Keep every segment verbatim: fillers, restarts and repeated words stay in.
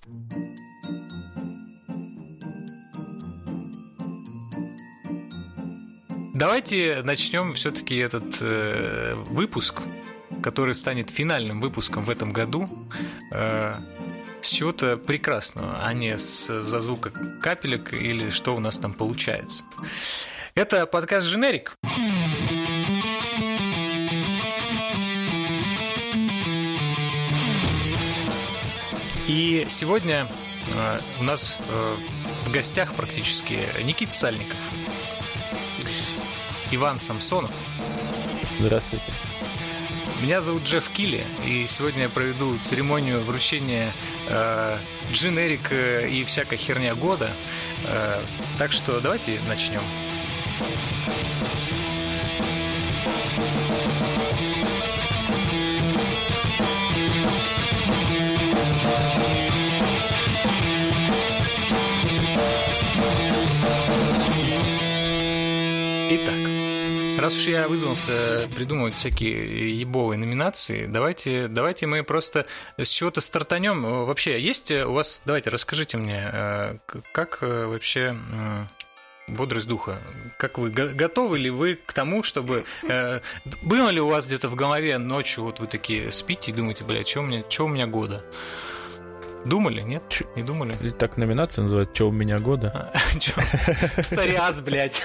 Давайте начнем все-таки этот э, выпуск, который станет финальным выпуском в этом году, э, с чего-то прекрасного, а не с зазвука капелек или что у нас там получается. Это подкаст «Дженерик». И сегодня э, у нас э, в гостях практически Никита Сальников, Иван Самсонов. Здравствуйте. Меня зовут Джефф Килли, и сегодня я проведу церемонию вручения э, Дженерик и всякая херня года. Э, так что давайте начнем. Итак, раз уж я вызвался придумывать всякие ебовые номинации, давайте, давайте мы просто с чего-то стартанем. Вообще, есть у вас, давайте, расскажите мне, как вообще бодрость духа? Как вы, готовы ли вы к тому, чтобы... Было ли у вас где-то в голове ночью, вот вы такие спите и думаете, блядь, что у меня, что у меня года? Думали, нет? Не думали? Так номинация называется «Чё у меня года?» Псориаз, блядь.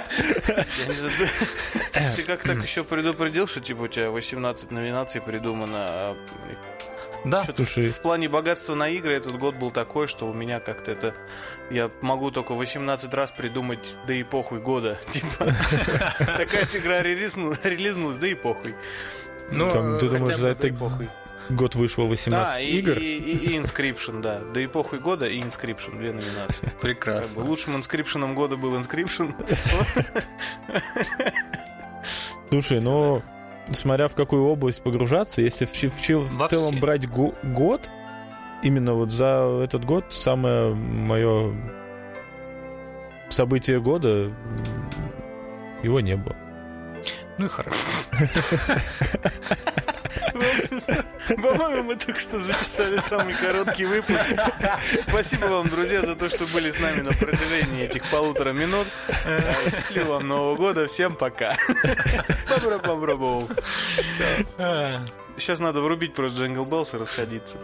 Ты как так еще предупредил, что типа у тебя восемнадцать номинаций придумано? Да. В плане богатства на игры этот год был такой, что у меня как-то это... Я могу только восемнадцать раз придумать, да и похуй года. Типа, такая игра релизнулась, да и похуй. Ну, ты думаешь, за это похуй? Год вышло восемнадцать да, игр. И, и, и Inscription, да. Да и похуй года, и Inscription. Две номинации. Прекрасно. Как бы лучшим Inscription года был Inscription. Слушай, ну, смотря в какую область погружаться, если в, в, в целом все. брать го- год, именно вот за этот год самое мое событие года, его не было. Ну и хорошо. По-моему, мы только что записали самый короткий выпуск. Спасибо вам, друзья, за то, что были с нами на протяжении этих полутора минут. Счастливого вам Нового года. Всем пока. Попробовал. Сейчас надо врубить просто Джингл Беллс и расходиться.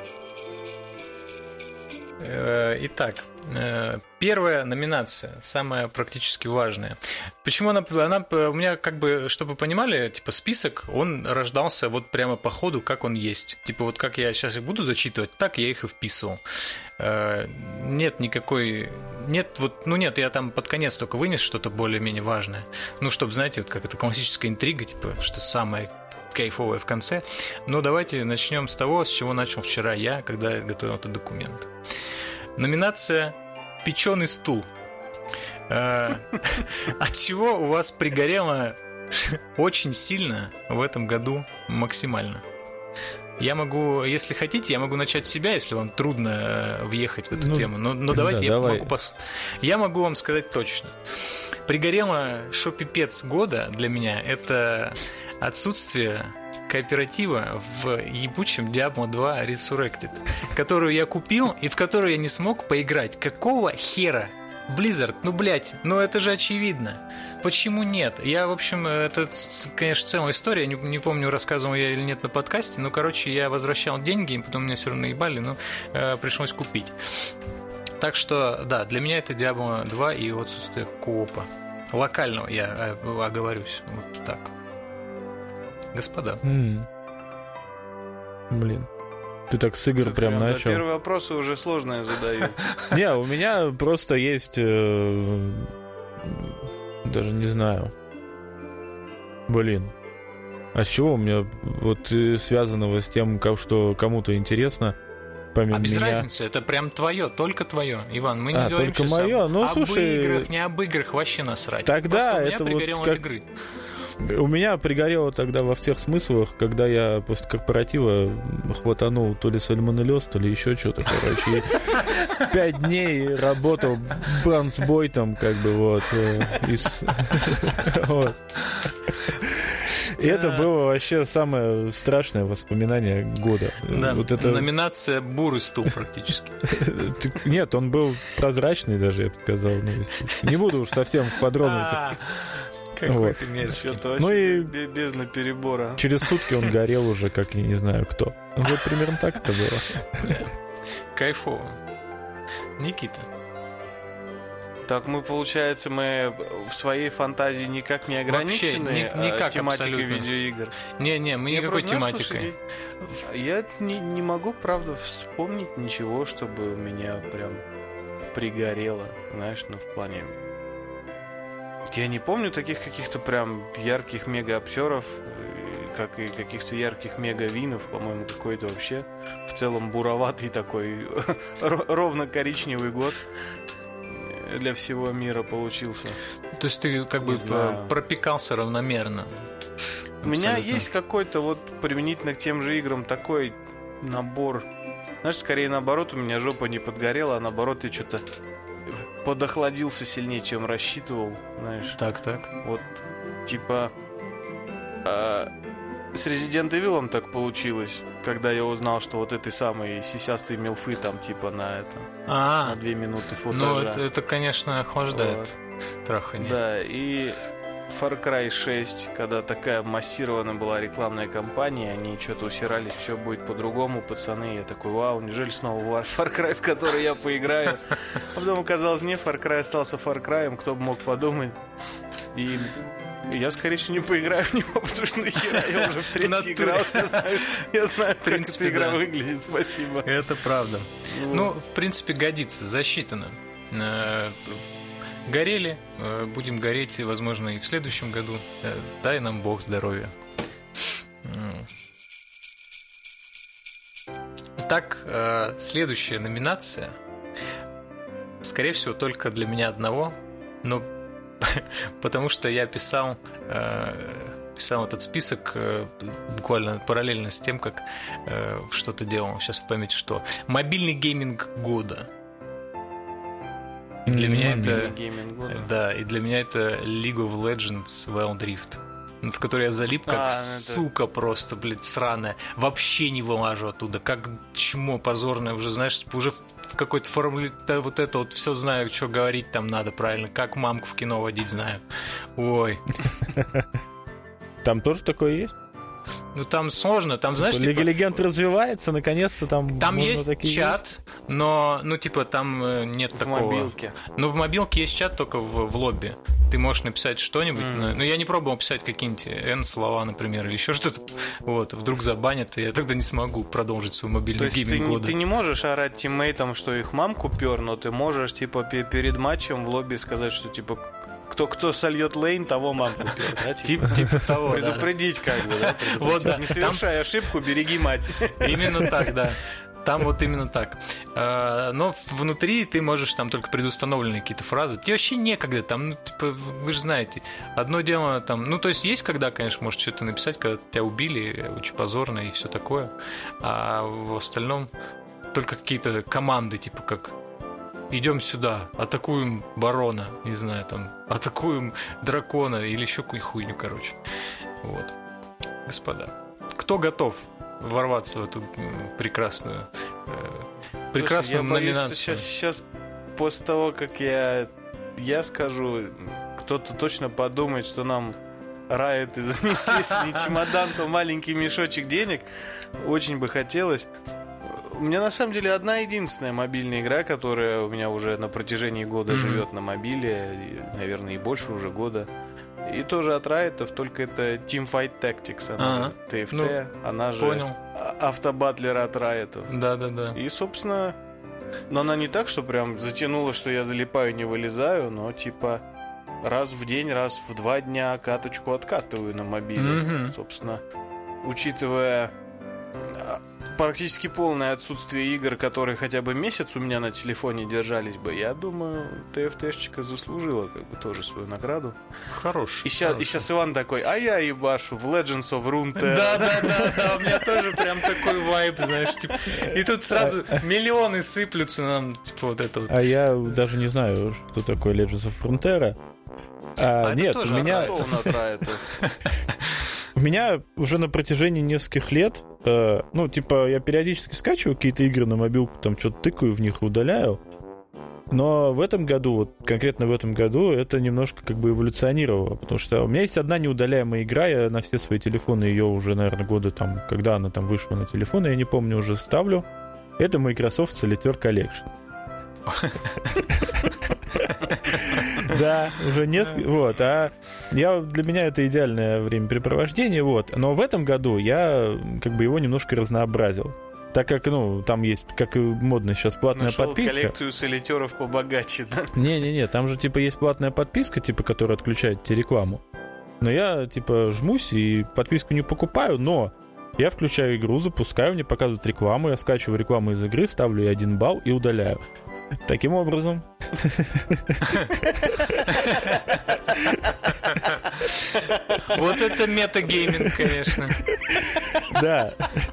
Итак, первая номинация, самая практически важная. Почему она, она у меня, как бы, чтобы вы понимали, типа список, он рождался вот прямо по ходу, как он есть. Типа вот как я сейчас их буду зачитывать, так я их и вписывал. Нет никакой... Нет, вот, ну нет, я там под конец только вынес что-то более-менее важное. Ну, чтобы, знаете, вот как это классическая интрига, типа, что самое кайфовое в конце. Но давайте начнем с того, с чего начал вчера я, когда готовил этот документ. Номинация «Печеный стул». От чего у вас пригорело очень сильно в этом году максимально? Я могу, если хотите, я могу начать с себя, если вам трудно въехать в эту ну, тему. Но, но давайте да, я давай. могу пос... Я могу вам сказать точно. Пригорело, что пипец года для меня, это отсутствие кооператива в ебучем Diablo два Resurrected, которую я купил и в которую я не смог поиграть. Какого хера? Blizzard, ну, блядь, ну это же очевидно. Почему нет? Я, в общем, это, конечно, целая история, не, не помню, рассказывал я или нет на подкасте, но, короче, я возвращал деньги, и потом меня все равно ебали, но э, пришлось купить. Так что, да, для меня это Diablo два и отсутствие коопа. Локального, я оговорюсь, вот так. Господа. Mm. Блин. Ты так с игр прям, прям начал. Да, первые вопросы уже сложные задаю. Не, у меня просто есть... Даже не знаю. Блин. А с чего у меня вот связанного с тем, что кому-то интересно, помимо меня... А без меня... разницы, это прям твое, только твое, Иван. Мы не а, говорим только мое? об, ну, об слушай... играх, не об играх, вообще насрать. Тогда просто у меня это пригорело вот от как... игры. У меня пригорело тогда во всех смыслах, когда я после корпоратива хватанул то ли сальмонеллез, то ли еще что-то, короче. Пять дней работал бронзбойтом, как бы, вот. И это было вообще самое страшное воспоминание года. Да, вот это... номинация «Бурый стул» практически. Нет, он был прозрачный даже, я бы сказал. Не буду уж совсем в подробностях. Какой ты мерзкий. Ну и без наперебора. Через сутки он горел уже, как я не знаю кто. Вот примерно так это было. Кайфово. Никита. Так мы, получается, мы в своей фантазии никак не ограничены Вообще, ни, никак, тематикой абсолютно. видеоигр. Не-не, мы Я никакой просто, знаешь, тематикой. Слушай, я не, не могу, правда, вспомнить ничего, чтобы у меня прям пригорело, знаешь, ну, в плане... Я не помню таких каких-то прям ярких мега-обсеров, как и каких-то ярких мега-винов, по-моему, какой-то вообще в целом буроватый такой ровно коричневый год для всего мира получился. То есть ты как Не бы знаю. пропекался равномерно. У меня Абсолютно. есть какой-то вот применительно к тем же играм такой набор. Знаешь, скорее наоборот, у меня жопа не подгорела, а наоборот я что-то подохладился сильнее, чем рассчитывал, знаешь. Так, так. Вот, типа, э, с Resident Evil так получилось, когда я узнал, что вот этой самой сисястой милфы там, типа, на это, А, на две минуты футажа. ну это, это, конечно, охлаждает Вот. трахание. Да, и Far Cry шесть, когда такая массированная была рекламная кампания, они что-то усирались, все будет по-другому, пацаны. Я такой, вау, неужели снова Far Cry, в который я поиграю? А потом оказалось, не, Far Cry остался Far Cry, кто бы мог подумать. И я, скорее всего, не поиграю в него, потому что нахера я уже в третий играл. Я знаю, я знаю как принципе, эта игра да. выглядит, спасибо. Это правда. Вот. Ну, в принципе, годится, засчитано. Э, Горели, э, будем гореть, возможно, и в следующем году. Э, Дай нам Бог здоровья. Итак, э, следующая номинация, скорее всего, только для меня одного, но потому что я писал, э, писал этот список э, буквально параллельно с тем, как э, что-то делал. Сейчас в памяти что. Мобильный гейминг года. И для меня это, Гейминг года. да, и для меня это League of Legends Wild Rift, в который я залип как А, это- сука просто, блядь, сраная. Вообще не вылажу оттуда, как чмо позорное. Уже, знаешь, типа, уже в какой-то формуле да, вот это вот все знаю, что говорить там надо правильно, как мамку в кино водить знаю. Ой, Там тоже такое есть? ну там сложно, там, знаешь, Лига типа, Легенд развивается, наконец-то там там можно есть такие чат, но, ну, типа, там э, нет В такого. мобилке. Ну, в мобилке есть чат только в, в лобби. Ты можешь написать что-нибудь. Mm. но- Но я не пробовал писать какие-нибудь N-слова, например, или еще что-то. Вот, вдруг забанят, и я тогда не смогу продолжить свой То мобильный есть ты, гейминг не- года. ты не можешь орать тиммейтам, что их мамку пер, но ты можешь, типа, пе- перед матчем в лобби сказать, что, типа, кто, кто сольет лейн, того мамку пер, да? Типа, Тип- Типа того, да. предупредить, как бы, да? предупредить. Вот, да. Не совершай ошибку, береги мать. Именно так, да. Там вот именно так. А, Но внутри ты можешь там только предустановленные какие-то фразы. Тебе вообще некогда. Там, ну, типа, вы же знаете, одно дело там... Ну, то есть есть, когда, конечно, можешь что-то написать, когда тебя убили, очень позорно и все такое. А в остальном только какие-то команды, типа как... Идем сюда, атакуем барона, не знаю, там, атакуем дракона или еще какую-нибудь хуйню, короче. Вот. Господа, кто готов ворваться в эту м, прекрасную, э, прекрасную Слушай, я боюсь, что номинацию? сейчас, сейчас, после того, как я, я скажу, кто-то точно подумает, что нам Riot занесли, если не чемодан, то маленький мешочек денег. Очень бы хотелось. У меня на самом деле одна единственная мобильная игра, которая у меня уже на протяжении года Мгм. живет на мобиле, и, наверное, и больше уже года. И тоже от Riot, только это Teamfight Tactics, она Ага. же ти эф ти, Ну, она же Понял. а- автобатлер от Riot. Да-да-да. И, собственно, но она не так, что прям затянула, что я залипаю, не вылезаю, но типа раз в день, раз в два дня каточку откатываю на мобиле. Мгм. Собственно, учитывая а, практически полное отсутствие игр, которые хотя бы месяц у меня на телефоне держались бы, я думаю, ти эф ти-шечка заслужила как бы тоже свою награду. Хорош. И сейчас, и хорош. сейчас Иван такой, а я ебашу в Legends of Runeterra. Да-да-да, у меня тоже прям такой вайб, знаешь, типа. И тут сразу миллионы сыплются нам, типа, вот это вот. А я даже не знаю, что такое Legends of Frontera. А, А это нет, тоже у меня... Что он от Riot? у меня уже на протяжении нескольких лет, э, ну, типа, я периодически скачиваю какие-то игры на мобилку, там что-то тыкаю в них и удаляю. Но в этом году, вот конкретно в этом году, это немножко как бы эволюционировало, потому что у меня есть одна неудаляемая игра, я на все свои телефоны ее уже, наверное, года там, когда она там вышла на телефон, я не помню, уже ставлю. Это Microsoft Solitaire Collection. Да, уже несколько. Вот, а я, для меня это идеальное времяпрепровождение, вот. Но в этом году я как бы его немножко разнообразил. Так как, ну, там есть, как и модно сейчас, платная Нашел подписка. Коллекцию солитеров побогаче, да? Не-не-не, там же, типа, есть платная подписка, типа, которая отключает тебе рекламу. Но я, типа, жмусь и подписку не покупаю, но я включаю игру, запускаю, мне показывают рекламу, я скачиваю рекламу из игры, ставлю ей один балл и удаляю. Таким образом... Вот это метагейминг, конечно. Да.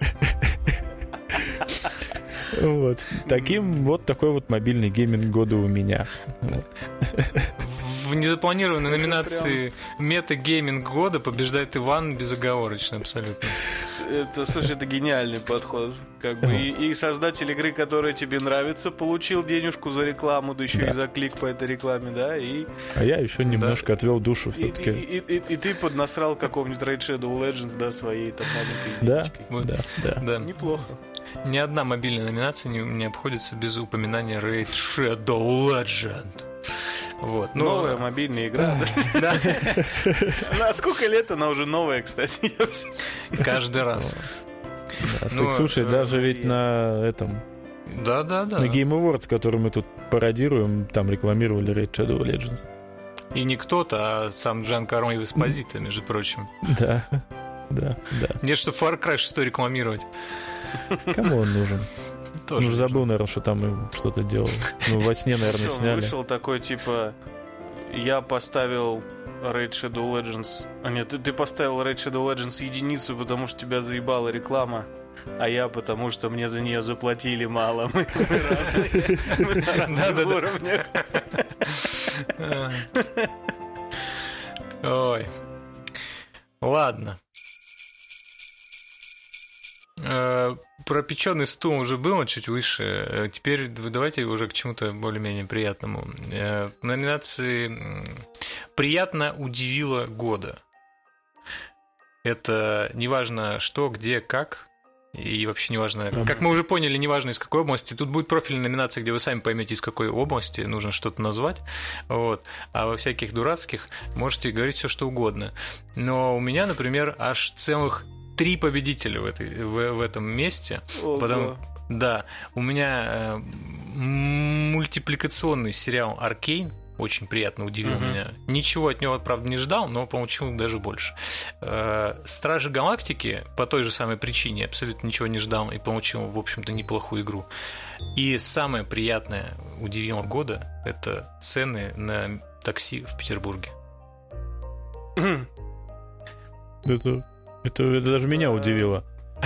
Вот. Таким вот такой вот мобильный гейминг года у меня. Вот. В незапланированной номинации метагейминг года побеждает Иван безоговорочно, абсолютно. Это, слушай, это гениальный подход. Как бы и, и создатель игры, которая тебе нравится, получил денежку за рекламу, да еще да. и за клик по этой рекламе, да, и... А я еще немножко да. отвел душу все-таки. И, и, и, и, и ты поднасрал какому-нибудь Raid Shadow Legends, да, своей там маленькой да, денежкой. Вот. Да, да, да. Неплохо. Ни одна мобильная номинация не, не обходится без упоминания Raid Shadow Legend. Вот. Но... Новая мобильная игра. Да. На сколько лет она уже новая, кстати? Каждый раз. Так слушай, даже ведь на этом... Да, да, да. На Game Awards, который мы тут пародируем, там рекламировали Raid Shadow Legends. И не кто-то, а сам Джанкаро Эспозито, между прочим. Да, да, да. Нет, чтобы Far Cry шесть рекламировать. Кому он нужен? Тоже ну, забыл, наверное, что там им что-то делал. Ну, во сне, наверное, Что, сняли. Вышел такой, типа, я поставил Raid Shadow Legends... А нет, ты, ты поставил Raid Shadow Legends единицу, потому что тебя заебала реклама, а я потому что мне за нее заплатили мало. Мы разные, мы на разных уровнях. Ой. Ладно. Про печеный стул уже было чуть выше. Теперь давайте уже к чему-то более-менее приятному. В номинации «Приятно удивило года». Это неважно что, где, как. И вообще неважно, как мы уже поняли, неважно из какой области. Тут будет профильная номинация, где вы сами поймете, из какой области нужно что-то назвать. Вот. А во всяких дурацких можете говорить все что угодно. Но у меня, например, аж целых три победителя в, этой, в, в этом месте. Ого. Потому, да, у меня э, мультипликационный сериал «Аркейн» очень приятно удивил uh-huh. меня. Ничего от него, правда, не ждал, но получил даже больше. Э, «Стражи Галактики» по той же самой причине абсолютно ничего не ждал и получил, в общем-то, неплохую игру. И самое приятное удивило года – это цены на такси в Петербурге. Uh-huh. Это... Это, это даже меня удивило.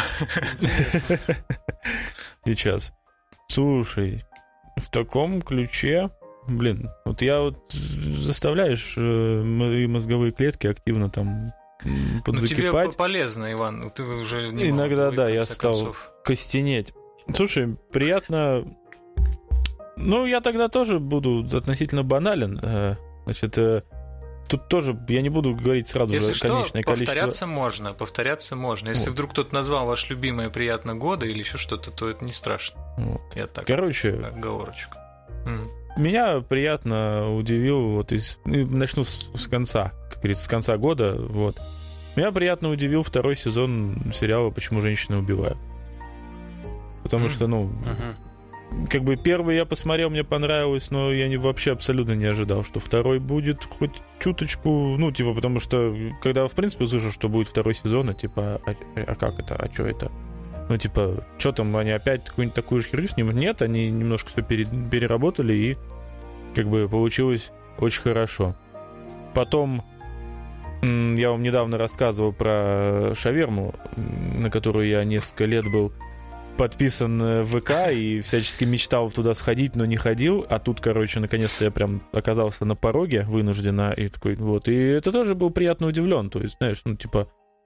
Сейчас. Слушай, в таком ключе, блин, вот я вот заставляешь э, мозговые клетки активно там подзакипать. Ну, тебе полезно, Иван, ты уже не иногда, да, я стал концов. костенеть. Слушай, приятно. Ну, я тогда тоже буду относительно банален. Значит, тут тоже я не буду говорить сразу Если же что, конечное количество. Повторяться можно, повторяться можно. Если вот. Вдруг кто-то назвал ваш любимое приятно года или еще что-то, то это не страшно. Вот. Я так. Короче, оговорочку. Меня приятно удивил, вот из. Начну с, с конца, как говорится, с конца года. Вот. Меня приятно удивил второй сезон сериала «Почему женщины убивают». Потому mm. что, ну. Uh-huh. Как бы первый я посмотрел, мне понравилось, но я не, вообще абсолютно не ожидал, что второй будет хоть чуточку, ну, типа, потому что, когда, в принципе, услышал, что будет второй сезон, а, типа, а, а как это, а что это? Ну, типа, что там, они опять какую-нибудь такую же херню снимут? Нет, они немножко все пере, переработали, и, как бы, получилось очень хорошо. Потом, м- я вам недавно рассказывал про шаверму, на которую я несколько лет был подписан в ВК и всячески мечтал туда сходить, но не ходил, а тут, короче, наконец-то я прям оказался на пороге вынужденно, и такой, вот, и это тоже был приятно удивлен, то есть, знаешь, ну, типа,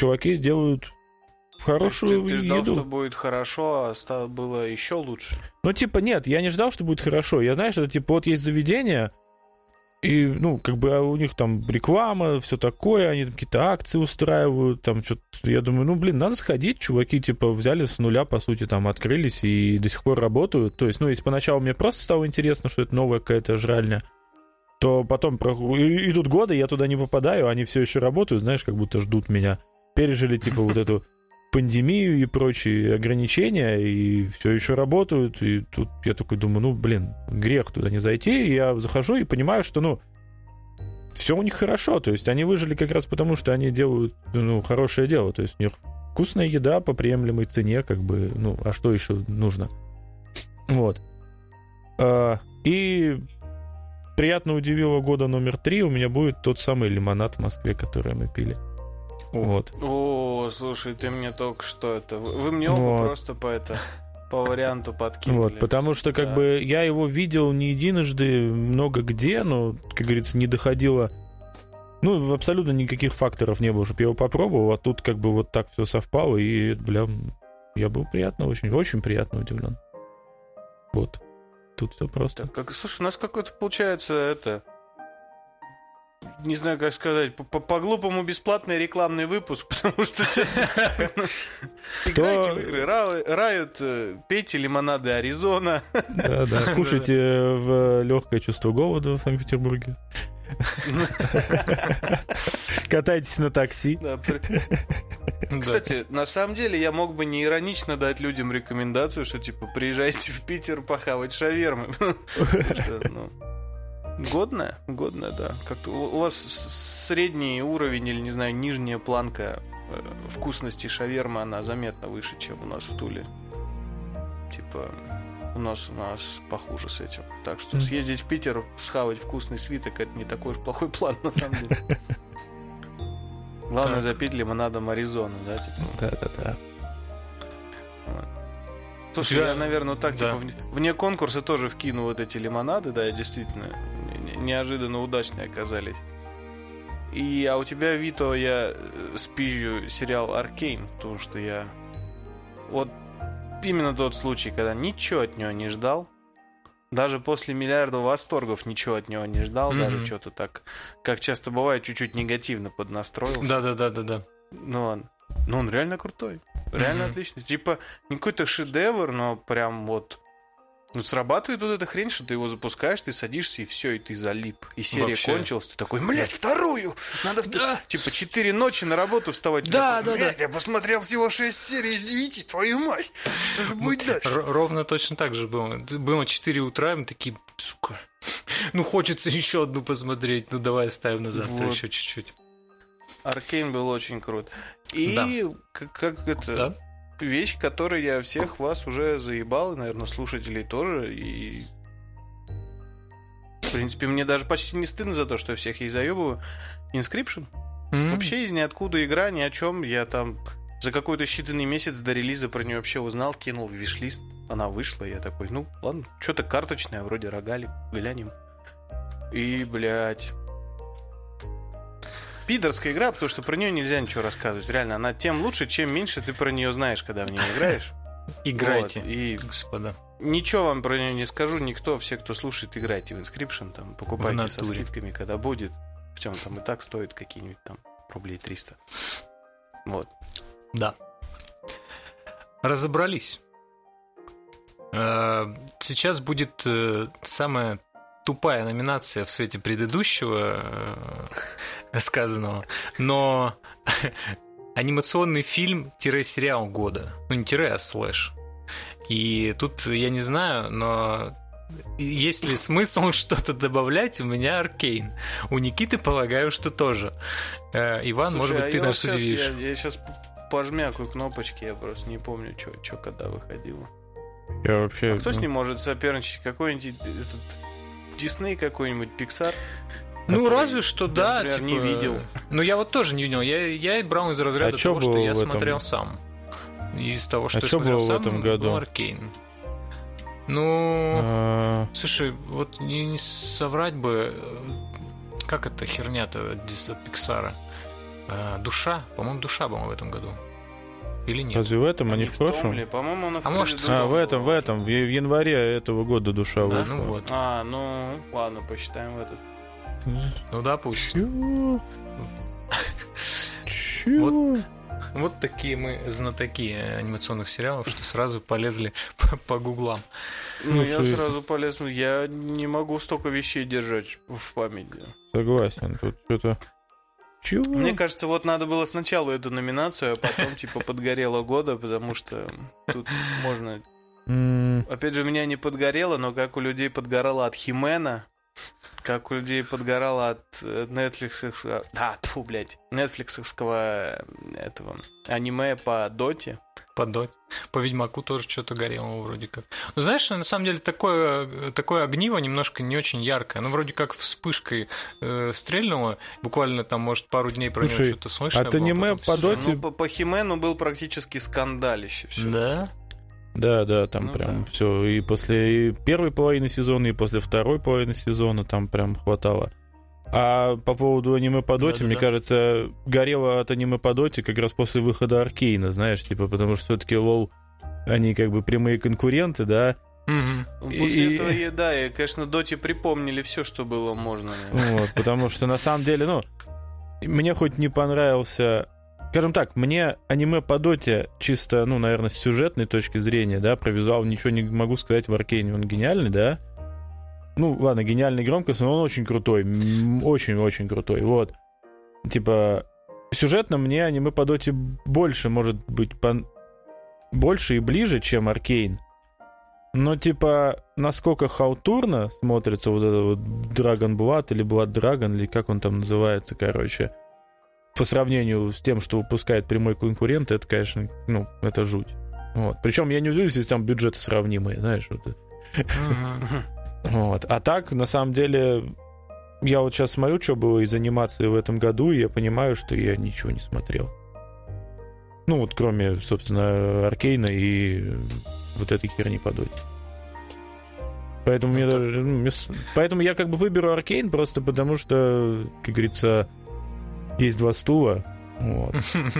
чуваки делают хорошую ты, ты, ты ждал, еду. что будет хорошо, а стало, было еще лучше? Ну, типа, нет, я не ждал, что будет хорошо. Я, знаешь, это, типа, вот есть заведение, и, ну, как бы у них там реклама, все такое, они там какие-то акции устраивают, там что-то. Я думаю, ну, блин, надо сходить, чуваки, типа, взяли с нуля, по сути, там, открылись и до сих пор работают. То есть, ну, если поначалу мне просто стало интересно, что это новая какая-то жральня, то потом идут годы, я туда не попадаю, они все еще работают, знаешь, как будто ждут меня. Пережили, типа, вот эту пандемию и прочие ограничения, и все еще работают, и тут я такой думаю, ну, блин, грех туда не зайти, и я захожу и понимаю, что, ну, все у них хорошо, то есть они выжили как раз потому, что они делают, ну, хорошее дело, то есть у них вкусная еда по приемлемой цене, как бы, ну, а что еще нужно? Вот. И приятно удивило года номер три, у меня будет тот самый лимонад в Москве, который мы пили. Вот. О, слушай, ты мне только что это... Вы мне оба вот. просто по это... по варианту подкинули. Вот, потому что, как да. бы, я его видел не единожды, много где, но, как говорится, не доходило... Ну, абсолютно никаких факторов не было, чтобы я его попробовал, а тут, как бы, вот так все совпало, и, бля, я был приятно, очень, очень приятно удивлен. Вот. Тут все просто. Так, как, слушай, у нас какой-то, получается, это... Не знаю, как сказать, по-глупому бесплатный рекламный выпуск, потому что сейчас играйте в игры Riot, пейте лимонады Аризона. Да-да, кушайте в легкое чувство голода в Санкт-Петербурге. Катайтесь на такси. Кстати, на самом деле я мог бы не иронично дать людям рекомендацию, что типа приезжайте в Питер похавать шавермы. Годная? Годная, да. Как-то у вас средний уровень или, не знаю, нижняя планка вкусности шавермы, она заметно выше, чем у нас в Туле. Типа, у нас у нас похуже с этим. Так что съездить в Питер, схавать вкусный свиток, это не такой уж плохой план, на самом деле. Главное так. запить лимонадом Аризону, да? Типа. Да-да-да. Вот. Слушай, я, я наверное, вот так, да. типа, вне конкурса тоже вкину вот эти лимонады, да, действительно, неожиданно удачные оказались. И, а у тебя, Вито, я спизжу сериал «Аркейн», потому что я... Вот именно тот случай, когда ничего от него не ждал, даже после миллиарда восторгов ничего от него не ждал, mm-hmm. даже что-то так, как часто бывает, чуть-чуть негативно поднастроился. Да-да-да-да-да. Ну, он, ну, он реально крутой. Реально mm-hmm. отличный. Типа, не какой-то шедевр, но прям вот... Ну, срабатывает вот эта хрень, что ты его запускаешь, ты садишься, и все, и ты залип. И серия Вообще. кончилась, ты такой, блядь, вторую! Надо, да. типа, четыре ночи на работу вставать. Да, такой, да, блядь, да. я посмотрел всего шесть серий из девяти, твою мать! Что же будет дальше? Р- ровно точно так же было. Было четыре утра, и мы такие, сука, ну, хочется еще одну посмотреть, ну, давай оставим на завтра вот. еще чуть-чуть. Аркейн был очень крут. И да. как, как это... Да? Вещь, которой я всех вас уже заебал, и, наверное, слушателей тоже. И, в принципе, мне даже почти не стыдно за то, что я всех ей заебываю. Inscription. Mm-hmm. Вообще из ниоткуда игра, ни о чем. Я там за какой-то считанный месяц до релиза про нее вообще узнал, кинул в виш-лист. Она вышла, я такой, ну, ладно, что-то карточное, вроде рогали, глянем. И, блядь... Пидорская игра, потому что про нее нельзя ничего рассказывать. Реально, она тем лучше, чем меньше ты про нее знаешь, когда в нее играешь. Играйте, вот. И господа. Ничего вам про нее не скажу. Никто, все, кто слушает, играйте в Inscription, там, покупайте со скидками, когда будет. Причем там и так стоит какие-нибудь там рублей триста. Вот. Да. Разобрались. Сейчас будет самая тупая номинация в свете предыдущего э, сказанного, но анимационный фильм-сериал года. Ну, не тире, а слэш. И тут я не знаю, но есть ли смысл что-то добавлять? У меня Аркейн. У Никиты, полагаю, что тоже. Э, Иван, Слушай, может быть, а ты нас сейчас, удивишь. Я, я сейчас пожмякаю кнопочки, я просто не помню, что когда выходило. Я вообще... А кто ну... с ним может соперничать? Какой-нибудь этот... Дисней какой-нибудь, Pixar? Ну, разве что, я, да. Например, типа... не видел. Ну, я вот тоже не видел. Я, я брал из разряда а того, что я этом... смотрел сам. Из того, что а я что смотрел было сам, в этом году? ну, Аркейн. Ну, а... слушай, вот не, не соврать бы, как эта херня-то от, от Pixar? А, душа, по-моему, душа была в этом году. Или нет? Разве в этом, а не в прошлом? Ли? По-моему, она А может, А, в этом, в этом, в январе этого года душа Да, вышла. ну вот. А, ну, ладно, посчитаем в этот. Ну да, пусть. Чё? Чё? Вот. Вот такие мы знатоки анимационных сериалов, что сразу полезли по, по гуглам. Ну, Слушай, я сразу полез. Ну, я не могу столько вещей держать в памяти. Согласен, тут что-то... Чего? Мне кажется, вот надо было сначала эту номинацию, а потом, типа, подгорело года, потому что тут можно... М, Опять же, у меня не подгорело, но как у людей подгорало от Химена, как у людей подгорало от э, Netflix... Да, тьфу, блядь, нетфликсовского этого аниме по Доте. По Доте. По Ведьмаку тоже что-то горело вроде как. Ну, знаешь, на самом деле такое, такое огниво немножко не очень яркое. Оно вроде как вспышкой э, стрельнуло. Буквально там, может, пару дней про него Слушай, что-то слышно от было. аниме потом- по Слушай, Доте- ну, по, по Химену был практически скандалище. Все. Да? Да, да, там Ну прям да. все. И после и первой половины сезона, и после второй половины сезона там прям хватало. А по поводу аниме по Доте, Да-да-да. мне кажется, горело от аниме по Доте как раз после выхода Аркейна, знаешь, типа, потому что все-таки лол, они как бы прямые конкуренты, да. Мгм. После И- этого, и, да, и, конечно, Доте припомнили все, что было можно. наверное. Вот, потому что на самом деле, ну, мне хоть не понравился... Скажем так, мне аниме по Доте чисто, ну, наверное, с сюжетной точки зрения, да, про визуал ничего не могу сказать, в Аркейне он гениальный, да. Ну, ладно, гениальный громкость, но он очень крутой, м, очень-очень крутой, вот. Типа, сюжетно мне аниме по Доте больше, может быть, пон- больше и ближе, чем Аркейн. Но, типа, насколько халтурно смотрится вот этот вот Dragon Blood или Blood Dragon, или как он там называется, короче, по сравнению с тем, что выпускает прямой конкурент, это, конечно, ну, это жуть. Вот. Причем я не удивлюсь, если там бюджеты сравнимые, знаешь, вот. Мгм. Вот. А так, на самом деле, я вот сейчас смотрю, что было из анимации в этом году, и я понимаю, что я ничего не смотрел. Ну, вот кроме, собственно, Аркейна и вот этой херни по Доте. Поэтому, мне даже, ну, мне с- поэтому я как бы выберу Аркейн просто потому, что, как говорится, есть два стула. Вот.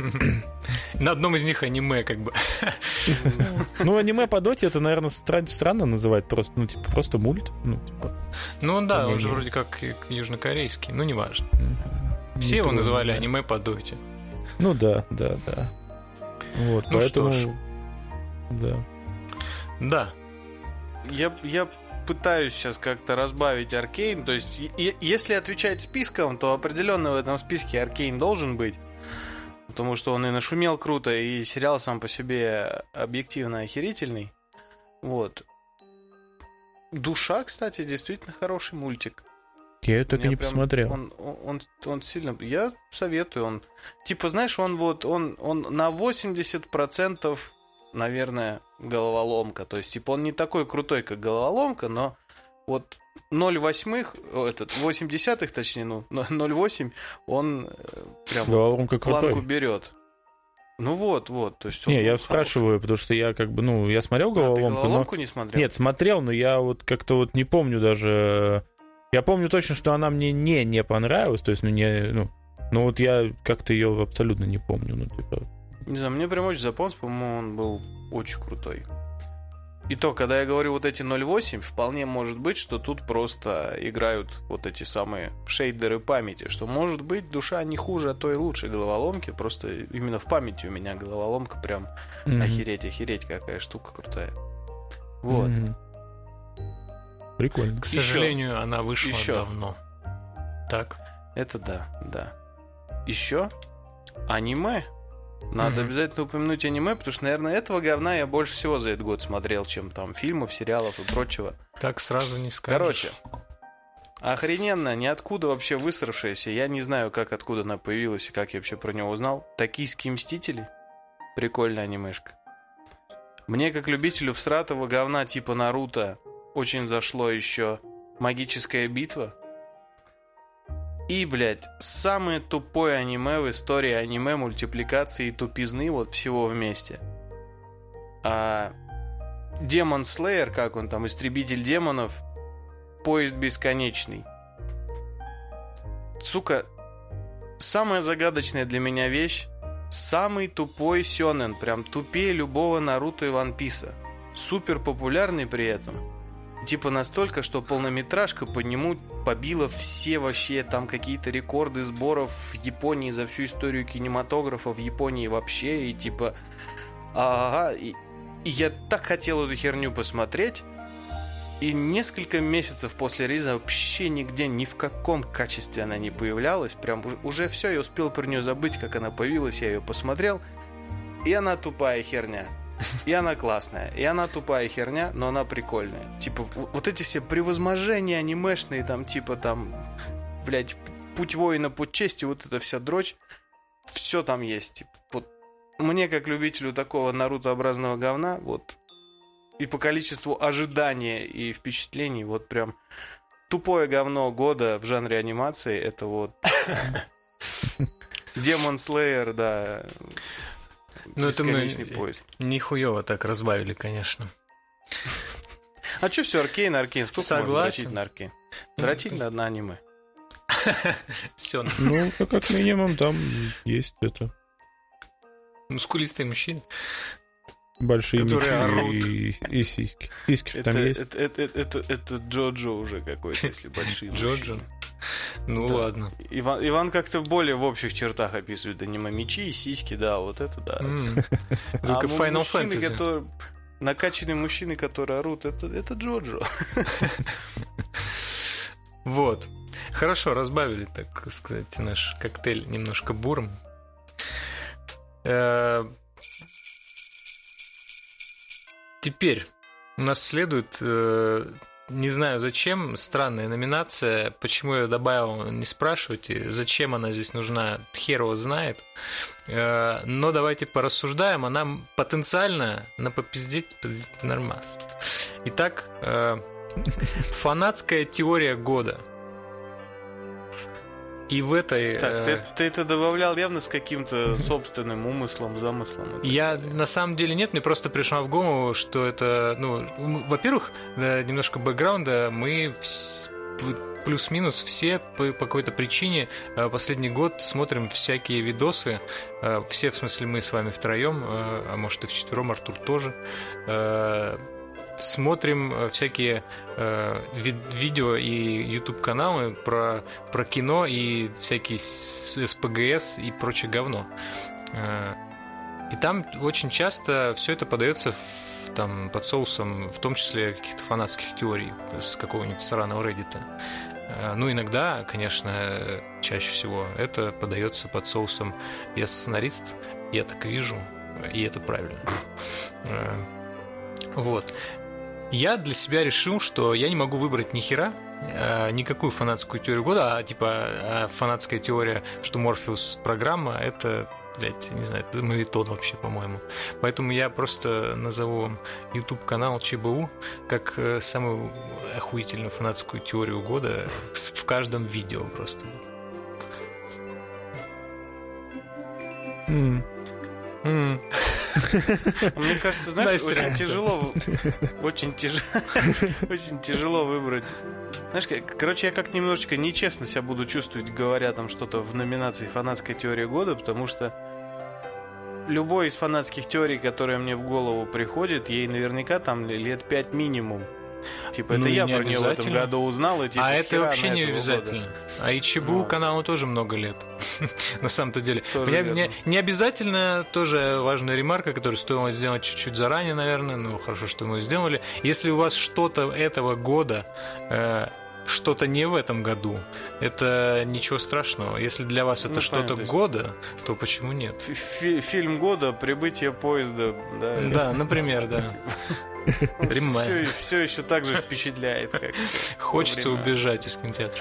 На одном из них аниме, как бы. Ну, аниме по Доте это, наверное, стра- странно называть просто, ну, типа, просто мульт. Ну, типа, Ну да, он же Не-не. вроде как и- южнокорейский, ну неважно. м, Все не его трудно, называли да. аниме по Доте. Ну да, да, да. Вот, Ну поэтому... что ж. Да. Да. Я, я пытаюсь сейчас как-то разбавить Аркейн. То есть, и- и- если отвечать списком, то определенно в этом списке Аркейн должен быть. Потому что он и нашумел круто, и сериал сам по себе объективно охерительный. Вот. Душа, кстати, действительно хороший мультик. Я ее так и Меня не прям- посмотрел. Он, он, он, он сильно... Я советую. Он, типа, знаешь, он вот... Он, он на восемьдесят процентов, наверное, головоломка. То есть, типа, он не такой крутой, как головоломка, но вот ноль восьмых, о, этот, восемь десятых, точнее, ну, ноль восемь, он э, прям Головоломка планку крутой. берет. Ну вот, вот. То есть он Не, я хороший. спрашиваю, потому что я как бы, ну, я смотрел А, ты головоломку, но... головоломку не смотрел? Нет, смотрел, но я вот как-то вот не помню даже... Я помню точно, что она мне не, не понравилась, то есть, ну, не... Ну, но вот я как-то ее абсолютно не помню, ну, типа... Не знаю, мне прям очень запомнился, по-моему, он был очень крутой. И то, когда я говорю вот эти ноль восемь, вполне может быть, что тут просто играют вот эти самые шейдеры памяти, что может быть душа не хуже, а то и лучше головоломки, просто именно в памяти у меня головоломка прям Мгм. охереть, охереть, какая штука крутая. Вот. Мгм. Прикольно. К Еще. сожалению, она вышла Еще. давно. Так. Это да, да. Еще аниме. Надо Мгм. обязательно упомянуть аниме, потому что, наверное, этого говна я больше всего за этот год смотрел, чем там фильмов, сериалов и прочего. Так сразу не скажешь. Короче, охрененно, ниоткуда вообще высравшаяся. Я не знаю, как откуда она появилась и как я вообще про него узнал. «Токийские мстители». Прикольная анимешка. Мне, как любителю всратого говна типа Наруто, очень зашло еще «Магическая битва». И, блядь, самое тупое аниме в истории аниме, мультипликации и тупизны, вот всего вместе. А Демон Слеер, как он там, Истребитель демонов, Поезд бесконечный. Сука, самая загадочная для меня вещь. Самый тупой сёнэн. Прям тупее любого Наруто и Ван Писа. Супер популярный при этом. Типа настолько, что полнометражка по нему побила все вообще там какие-то рекорды сборов в Японии за всю историю кинематографа, в Японии вообще. И типа... Ага, и, и я так хотел эту херню посмотреть. И несколько месяцев после релиза вообще нигде, ни в каком качестве она не появлялась. Прям уже, уже все, я успел про нее забыть, как она появилась, я ее посмотрел. И она тупая херня. И она классная. И она тупая херня, но она прикольная. Типа, вот эти все превозможения анимешные, там, типа, там, блядь, путь воина, путь чести, вот эта вся дрочь. Все там есть. Типа, вот мне, как любителю такого нарутообразного говна, вот... И по количеству ожидания и впечатлений, вот прям тупое говно года в жанре анимации, это вот Demon Slayer, да. Ну это мы поезд. Нихуево так разбавили, конечно. А что все Аркейн, Аркейн? Сколько Согласен. можно дрочить на Аркейн? Дрочить на одно аниме. Все. Ну, как минимум, там есть это. Мускулистые мужчины. Большие мечи и, и сиськи. Сиськи это, там есть. Это, это, это, это, это Джоджо уже какой-то, если большие Джоджо? Ну да. Ладно. Иван, Иван как-то более в общих чертах описывает аниме. Мечи и сиськи, да, вот это да. Mm. Только а Final мужчины, Fantasy. Которые, накачанные мужчины, которые орут, это, это Джоджо. Вот. Хорошо, разбавили, так сказать, наш коктейль немножко буром. Теперь у нас следует, э, не знаю зачем, странная номинация. Почему я ее добавил, не спрашивайте. Зачем она здесь нужна, хер его знает. Э, но давайте порассуждаем. Она потенциально на попиздеть нормас. Итак, э, фанатская теория года. И в этой... Так, э... ты, ты это добавлял явно с каким-то собственным умыслом, замыслом. Я на самом деле нет, мне просто пришло в голову, что это, ну, во-первых, да, немножко бэкграунда, мы вс... плюс-минус все по, по какой-то причине последний год смотрим всякие видосы, все, в смысле, мы с вами втроем, а может и вчетвером, Артур тоже, смотрим всякие э, ви- видео и YouTube-каналы про, про кино и всякие эс пэ гэ эс и прочее говно. Э, и там очень часто все это подается в, там, под соусом, в том числе каких-то фанатских теорий с какого-нибудь сраного Reddit. Э, ну, иногда, конечно, чаще всего это подается под соусом «я сценарист, я так вижу, и это правильно». Э, вот. Я для себя решил, что я не могу выбрать ни хера, э, никакую фанатскую теорию года, а типа а фанатская теория, что Морфеус программа, это, блядь, не знаю, это мавитон вообще, по-моему. Поэтому я просто назову вам YouTube-канал ЧБУ как э, самую охуительную фанатскую теорию года в каждом видео просто. Mm. Mm. Мне кажется, знаешь, Nice очень answer. тяжело, очень тяжело, очень тяжело выбрать. Знаешь, как, короче, я как немножечко нечестно себя буду чувствовать, говоря там что-то в номинации «Фанатская теория года», потому что любой из фанатских теорий, которая мне в голову приходит, ей наверняка там лет пять минимум. Типа, Ну, это я не про нее в этом году узнал, и типа, А с это хера вообще она не этого обязательно. года. А и ЧБУ Ну. каналу тоже много лет. На самом-то деле. Тоже Мне, верно. мне не обязательно, тоже важная ремарка, которую стоило сделать чуть-чуть заранее, наверное. Ну, хорошо, что мы ее сделали. Если у вас что-то этого года, э, что-то не в этом году, это ничего страшного. Если для вас это Ну, что-то понятно. года, то почему нет? Фи- Фильм года «Прибытие поезда». Да, Да, например, да. Понимаю. Все, все еще так же впечатляет, как Хочется во время. убежать из кинотеатра.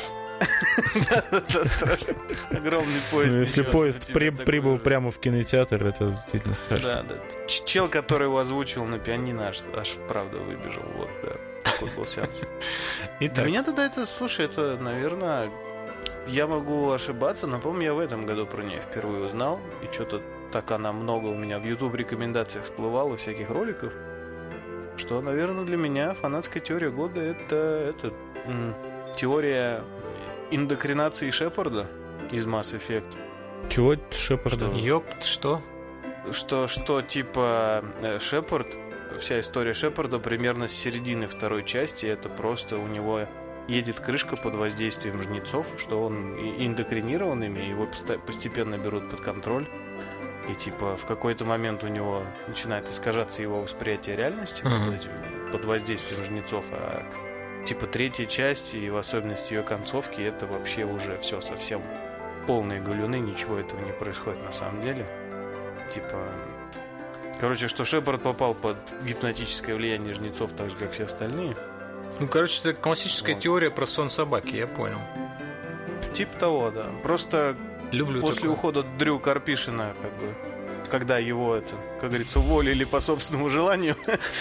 Это страшно. Огромный поезд. Ну, если несётся поезд на тебя, при- такой прибыл ужас. прямо в кинотеатр, это действительно страшно. Да, да. Ч- Чел, который его озвучил на пианино, аж, аж правда выбежал. Вот, да. Такой был сеанс. Для Итак, меня тогда это, слушай, это, наверное, я могу ошибаться, но, помню, я в этом году про нее впервые узнал. И что-то так она много у меня в YouTube рекомендациях всплывала, всяких роликов. Что, наверное, для меня фанатская теория года это, это м, теория индокринации Шепарда. из Mass Effect. Чего Шепарда? Ёпт, что? Что, что типа Шепард, вся история Шепарда примерно с середины второй части, это просто у него едет крышка под воздействием жнецов, что он индокринирован ими, его постепенно берут под контроль. И типа в какой-то момент у него начинает искажаться его восприятие реальности uh-huh. под, этим, под воздействием жнецов, а типа третья часть и в особенности ее концовки это вообще уже все совсем полные галюны, ничего этого не происходит на самом деле. Типа, короче, что Шепард попал под гипнотическое влияние жнецов, так же как все остальные. Ну, короче, это классическая вот. Теория про сон собаки, я понял. Типа того, да. Просто люблю после такое. ухода Дрю Карпишина, как бы, когда его, это, как говорится, уволили по собственному желанию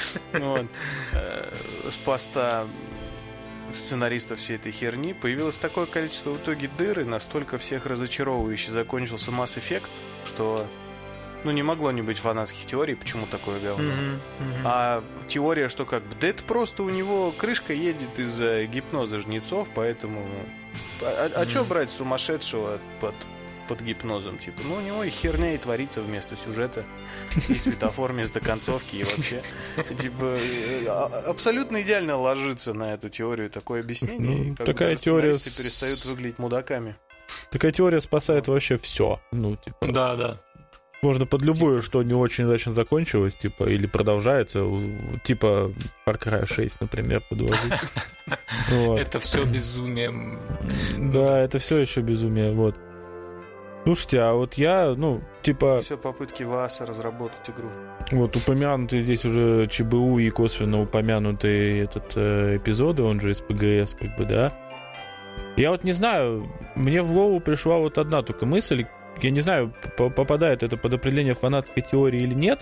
с поста сценариста всей этой херни, появилось такое количество в итоге дыр, и настолько всех разочаровывающе закончился Mass Effect, что ну не могло не быть фанатских теорий, почему такое говно. Mm-hmm, mm-hmm. А теория, что как бы да это просто у него крышка едет из-за гипноза жнецов, поэтому а, а mm-hmm. что брать сумасшедшего под, под гипнозом? Типа, ну у него и херня и творится вместо сюжета, и светофор вместо концовки, и вообще типа абсолютно идеально ложится на эту теорию такое объяснение. Ну, такая теория перестают выглядеть мудаками. Такая теория спасает вообще все. Ну, типа. Да, да. Можно под любую, типа... что не очень удачно закончилось, типа, или продолжается, типа Far Cry шесть, например, подложить. Это все безумие. Да, это все еще безумие, вот. Слушайте, а вот я, ну, типа... Все попытки ВАСа разработать игру. Вот упомянутый здесь уже ЧБУ и косвенно упомянутые этот э, эпизоды, он же из ПГС, как бы, да. Я вот не знаю, мне в голову пришла вот одна только мысль. Я не знаю, попадает это под определение фанатской теории или нет,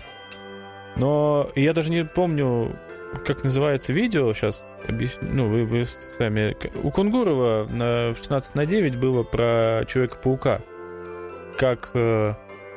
но я даже не помню, как называется видео, сейчас объясню, ну, вы, вы сами... У Кунгурова на, в шестнадцать на девять было про Человека-паука, как э,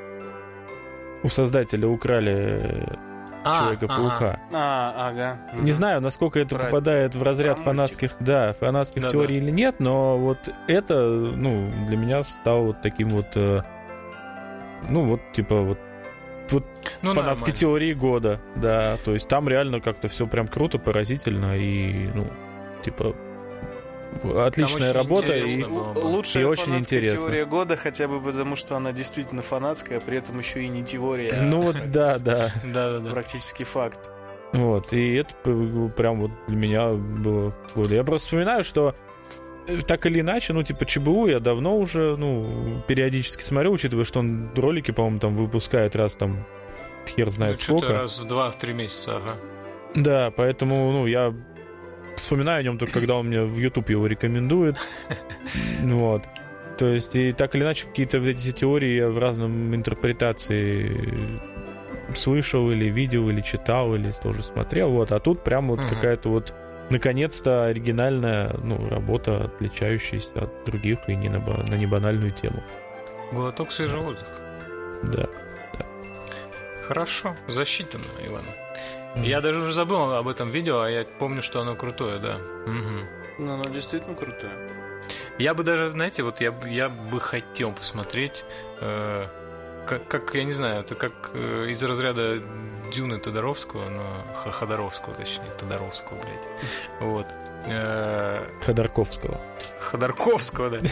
у создателя украли а, Человека-паука. Ага. А, ага. Не знаю, насколько это про... попадает в разряд фанатских, да, фанатских да, теорий да. или нет, но вот это, ну, для меня стало вот таким вот, э, ну, вот, типа, вот, вот ну, фанатской теории года, да, то есть там реально как-то все прям круто, поразительно и, ну, типа, отличная работа и, лучшая и очень интересно. Теория года, хотя бы потому, что она действительно фанатская, а при этом еще и не теория. Ну вот, да, да. Практически факт. Вот, и это прям вот для меня было года. Я просто вспоминаю, что так или иначе, ну, типа, ЧБУ я давно уже, ну, периодически смотрю, учитывая, что он ролики, по-моему, там выпускает раз там хер знает ну, сколько. Раз в два-три месяца, ага. Да, поэтому, ну, я вспоминаю о нем только когда он мне в YouTube его рекомендует. Вот. То есть, и так или иначе, какие-то вот эти теории я в разном интерпретации слышал, или видел, или читал, или тоже смотрел. Вот. А тут прям вот uh-huh. какая-то вот, наконец-то, оригинальная, ну, работа, отличающаяся от других и не на, на небанальную тему. Глоток свежего воздуха. Да. да. Хорошо. Засчитано, Иван. Mm-hmm. Я даже уже забыл об этом видео, а я помню, что оно крутое, да. Угу. Ну, оно действительно крутое. Я бы даже, знаете, вот я, я бы хотел посмотреть, э, как, как, я не знаю, это как э, из разряда Дюны Тодоровского, ну, Ходоровского, точнее, Тодоровского, блядь. Вот. Э, Ходорковского. Ходорковского, да.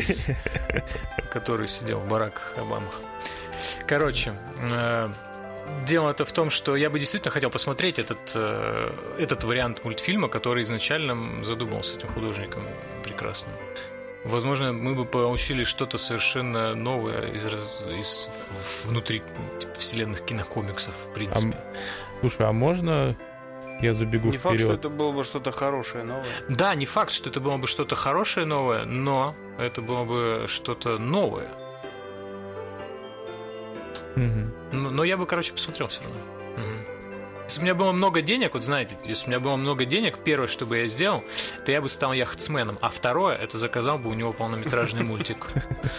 Который сидел в бараках Обамах. Короче, дело-то в том, что я бы действительно хотел посмотреть этот, э, этот вариант мультфильма, который изначально задумался этим художником прекрасным. Возможно, мы бы получили что-то совершенно новое из, из внутри типа, вселенных кинокомиксов, в принципе. А, слушай, а можно я забегу не вперед? Не факт, что это было бы что-то хорошее, новое. Да, не факт, что это было бы что-то хорошее, новое, но это было бы что-то новое. Угу. Но, но я бы, короче, посмотрел все равно. Угу. Если бы у меня было много денег, вот знаете, если у меня было много денег, первое, что бы я сделал, то я бы стал яхтсменом, а второе, это заказал бы у него полнометражный мультик.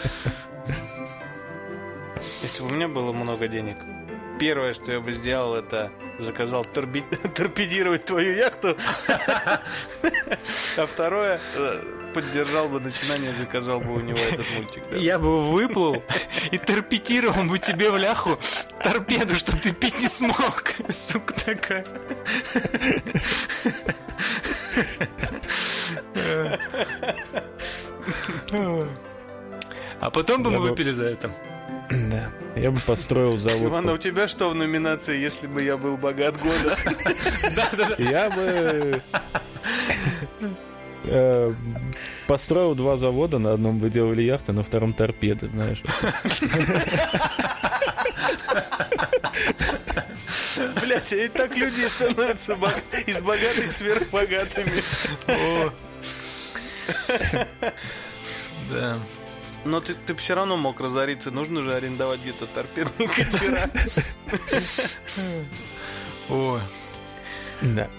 Если бы у меня было много денег, первое, что я бы сделал, это заказал торби... торпедировать твою яхту, а второе, поддержал бы начинание, заказал бы у него этот мультик. Да. Я бы выплыл и торпедировал бы тебе в ляху торпеду, чтобы ты пить не смог. Сука такая. А потом бы Я мы бы- выпили за это. Да. Я бы построил завод. Иван, а у тебя что в номинации, если бы я был богат года? Я бы э, построил два завода. На одном бы делали яхты, на втором торпеды, знаешь. Блять, а и так люди становятся бог- из богатых сверхбогатыми. О. Да. Но ты, ты все равно мог разориться. Нужно же арендовать где-то торпедные катера. Ой. Да.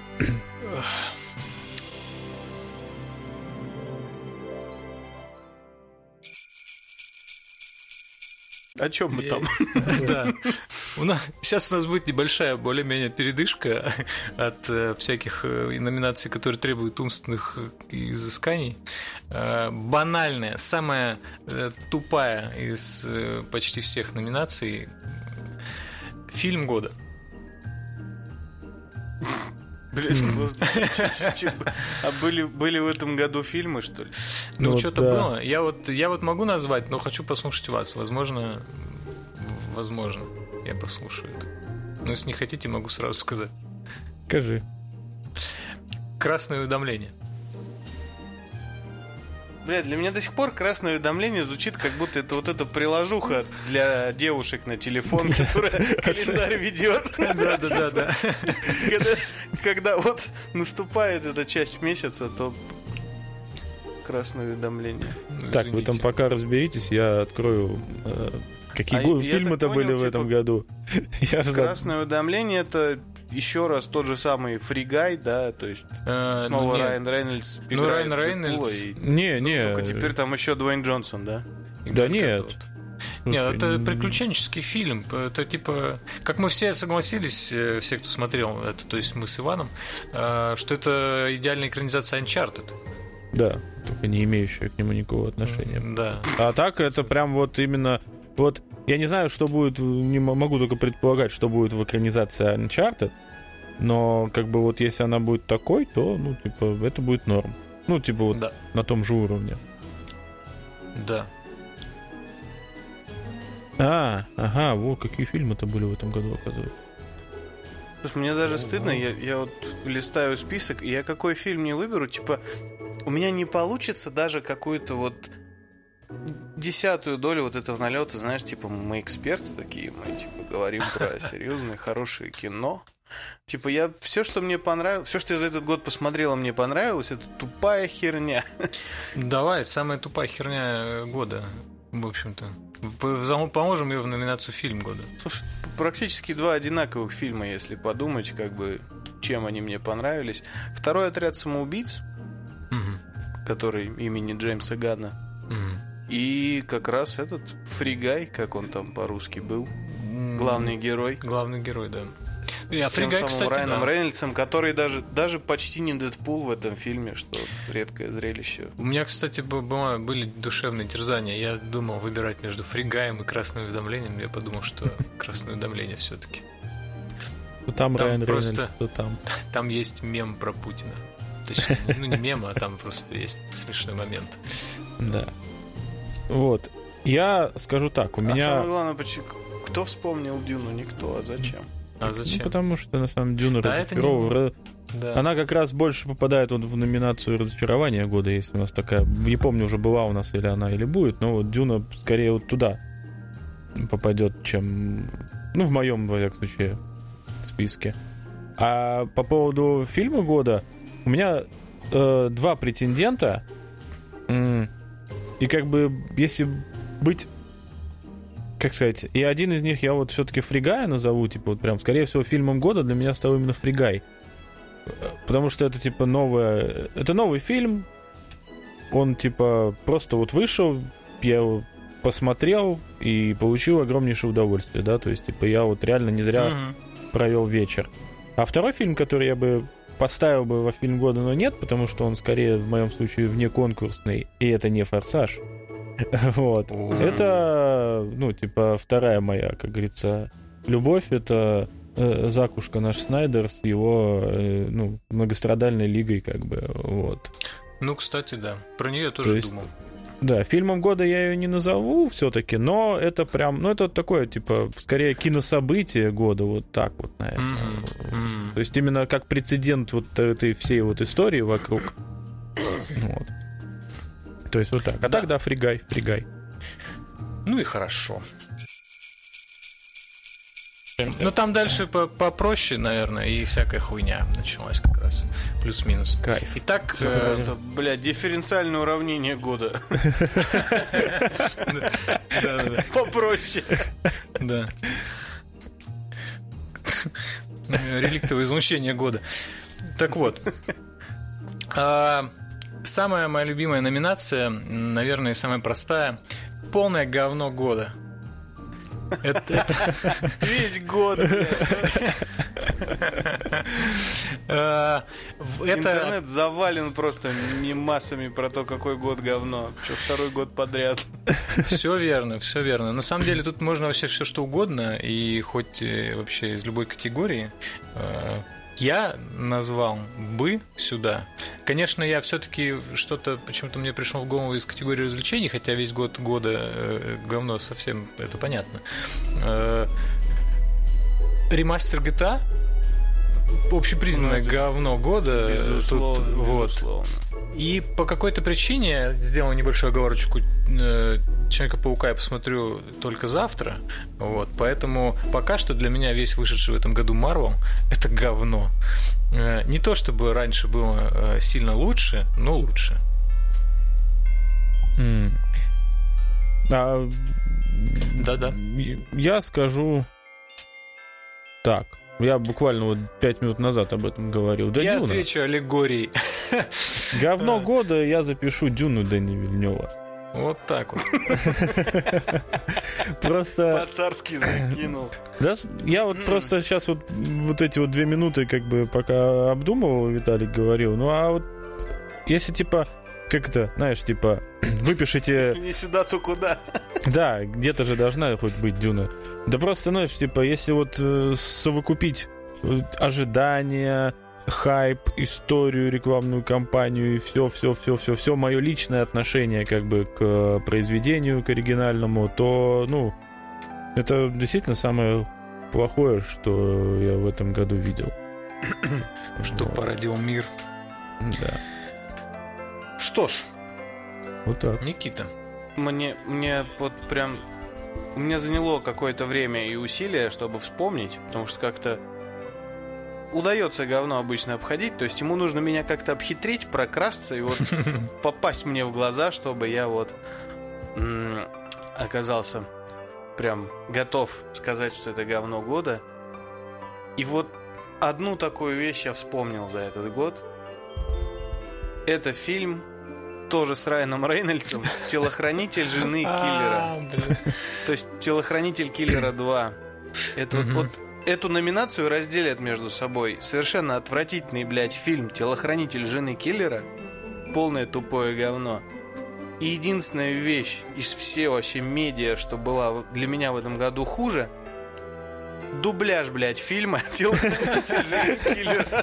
О чем мы там? Да. У нас, сейчас у нас будет небольшая, более-менее передышка от э, всяких э, номинаций, которые требуют умственных изысканий. Э, банальная, самая э, тупая из э, почти всех номинаций — фильм года. Блять, сложно. А были, были в этом году фильмы, что ли? Ну, Ну, что-то да. было. Я вот, я вот могу назвать, но хочу послушать вас. Возможно, возможно, я послушаю это. Но если не хотите, могу сразу сказать. Скажи. Красное уведомление. Блядь, для меня до сих пор красное уведомление звучит, как будто это вот эта приложуха для девушек на телефон, которая календарь ведет. Да, да, да, да. Когда, когда вот наступает эта часть месяца, то красное уведомление. Так, вы там пока разберитесь, я открою, э, какие А го- я фильмы-то так были понял, в этом типа, году. Я же заб- Красное уведомление — это еще раз тот же самый фригай, да, то есть Э, снова ну, нет. Райан Рейнольдс Ну, играет Райан Дэдпула, Рейнольдс- и Не, не. только теперь там еще Дуэйн Джонсон, да? И Да только нет. тот. Нет, Слушай, это м, приключенческий фильм. Это типа, как мы все согласились, э, все, кто смотрел это, то есть мы с Иваном, э, что это идеальная экранизация Uncharted. Да, только не имеющая к нему никакого отношения. Да. А так это прям вот именно... Вот я не знаю, что будет, не м- могу только предполагать, что будет в экранизации Uncharted, но как бы вот если она будет такой, то, ну, типа, это будет норм. Ну, типа вот Да. на том же уровне. Да. А, ага, вот какие фильмы-то были в этом году, оказывается. Слушай, мне даже стыдно, я, я вот листаю список, и я какой фильм не выберу, типа, у меня не получится даже какую-то вот десятую долю вот этого налета, знаешь, типа, мы эксперты такие, мы, типа, говорим про серьезное, хорошее кино. Типа, я все, что мне понравилось, все, что я за этот год посмотрел, мне понравилось, это тупая херня. Давай, самая тупая херня года, в общем-то. П- Поможем ее в номинацию «Фильм года». Слушай, практически два одинаковых фильма, если подумать, как бы, чем они мне понравились. Второй «Отряд самоубийц», Мгм. который имени Джеймса Ганна. Мгм. И как раз этот Фригай, как он там по-русски был, М, главный герой. Главный герой, да. И, а С тем Фригай, самым кстати, Райаном да. Рейнольдсом, который даже, даже почти не Дэдпул в этом фильме, что редкое зрелище. У меня, кстати, б- б- были душевные терзания. Я думал выбирать между Фригаем и Красным уведомлением. Я подумал, что Красное уведомление все-таки. То там, Там Райан просто- Рейнольдс, то там. Там есть мем про Путина. Точнее, ну не мем, а там просто есть смешной момент. Да. Вот. Я скажу так, у А меня... самое главное, почему- кто вспомнил Дюну? Никто, а зачем? А Ну, зачем? потому что, на самом деле, Дюна Да, это не- разочаровывает. Да. Она как раз больше попадает вот в номинацию разочарования года, если у нас такая... Не помню, уже была у нас или она, или будет, но вот Дюна скорее вот туда попадет, чем... Ну, в моем, во всяком случае, списке. А по поводу фильма года, у меня э, два претендента. М, И как бы, если быть... Как сказать, и один из них я вот все-таки Фригая назову, типа, вот прям, скорее всего, фильмом года для меня стал именно Фригай. Потому что это, типа, новое... Это новый фильм. Он, типа, просто вот вышел, я его посмотрел и получил огромнейшее удовольствие, да, то есть, типа, я вот реально не зря Мгм. провел вечер. А второй фильм, который я бы поставил бы во фильм года, но нет, потому что он скорее в моем случае вне конкурсный, и это не «Форсаж». Вот. Это, ну, типа, вторая моя, как говорится, любовь. Это э, Закушка наш Снайдер с его, э, ну, многострадальной лигой, как бы, вот. Ну, кстати, да. Про нее я тоже То есть, думал. Да, фильмом года я ее не назову все-таки, но это прям, ну, это такое, типа, скорее кинособытие года, вот так вот, наверное. Mm-hmm. Mm-hmm. То есть именно как прецедент вот этой всей вот истории вокруг. Вот. То есть вот так. А да. так, да, фригай, фригай. Ну и хорошо. Ну там дальше попроще, наверное, и всякая хуйня началась как раз. Плюс-минус. Кайф. Итак, Просто, блядь, дифференциальное уравнение года. Попроще. Да. Реликтовое излучение года. Так вот. Самая моя любимая номинация, наверное, самая простая. Полное говно года. Это, это... Весь год. Интернет завален просто мемасами про то, какой год говно. Что второй год подряд. Все верно, все верно. На самом деле тут можно вообще все что угодно, и хоть вообще из любой категории. Я назвал бы сюда. Конечно, я все-таки что-то, почему-то мне пришло в голову из категории развлечений, хотя весь год года э, говно совсем, это понятно. Э, ремастер джи ти эй, общепризнанное ну, говно года. Безусловно, тут, вот. безусловно. И по какой-то причине, сделал небольшую оговорочку, э, Человека-паука я посмотрю только завтра, вот, поэтому пока что для меня весь вышедший в этом году Марвел — это говно. Э, не то чтобы раньше было э, сильно лучше, но лучше. Mm. А, Да-да. Я скажу так. Я буквально вот пять минут назад об этом говорил. Да, я Дюна. отвечу аллегорией. Говно года я запишу Дюну Дэни Вильнёва. Вот так вот. Просто... По-царски закинул. Да, я вот просто сейчас вот, вот эти вот две минуты как бы пока обдумывал, Виталик говорил, ну а вот если типа, как это, знаешь, типа, выпишите... Если не сюда, то куда? Да, где-то же должна хоть быть Дюна. Да просто, знаешь, типа, если вот э, совокупить вот, ожидания, хайп, историю, рекламную кампанию и все, все, все, все, все мое личное отношение как бы к произведению, к оригинальному, то, ну, это действительно самое плохое, что я в этом году видел. Что вот. Породил мир. Да. Что ж, вот так. Никита. Мне, мне вот прям... У меня заняло какое-то время и усилия, чтобы вспомнить, потому что как-то удается говно обычно обходить, то есть ему нужно меня как-то обхитрить, прокрасться и вот попасть мне в глаза, чтобы я вот м- оказался прям готов сказать, что это говно года. И вот одну такую вещь я вспомнил за этот год. Это фильм тоже с Райаном Рейнольдсом «Телохранитель жены киллера». То есть «Телохранитель киллера два». Это вот эту номинацию разделят между собой совершенно отвратительный, блядь, фильм «Телохранитель жены киллера», полное тупое говно. И единственная вещь из всего вообще медиа, что была для меня в этом году хуже, дубляж, блядь, фильма «Телохранитель жены киллера».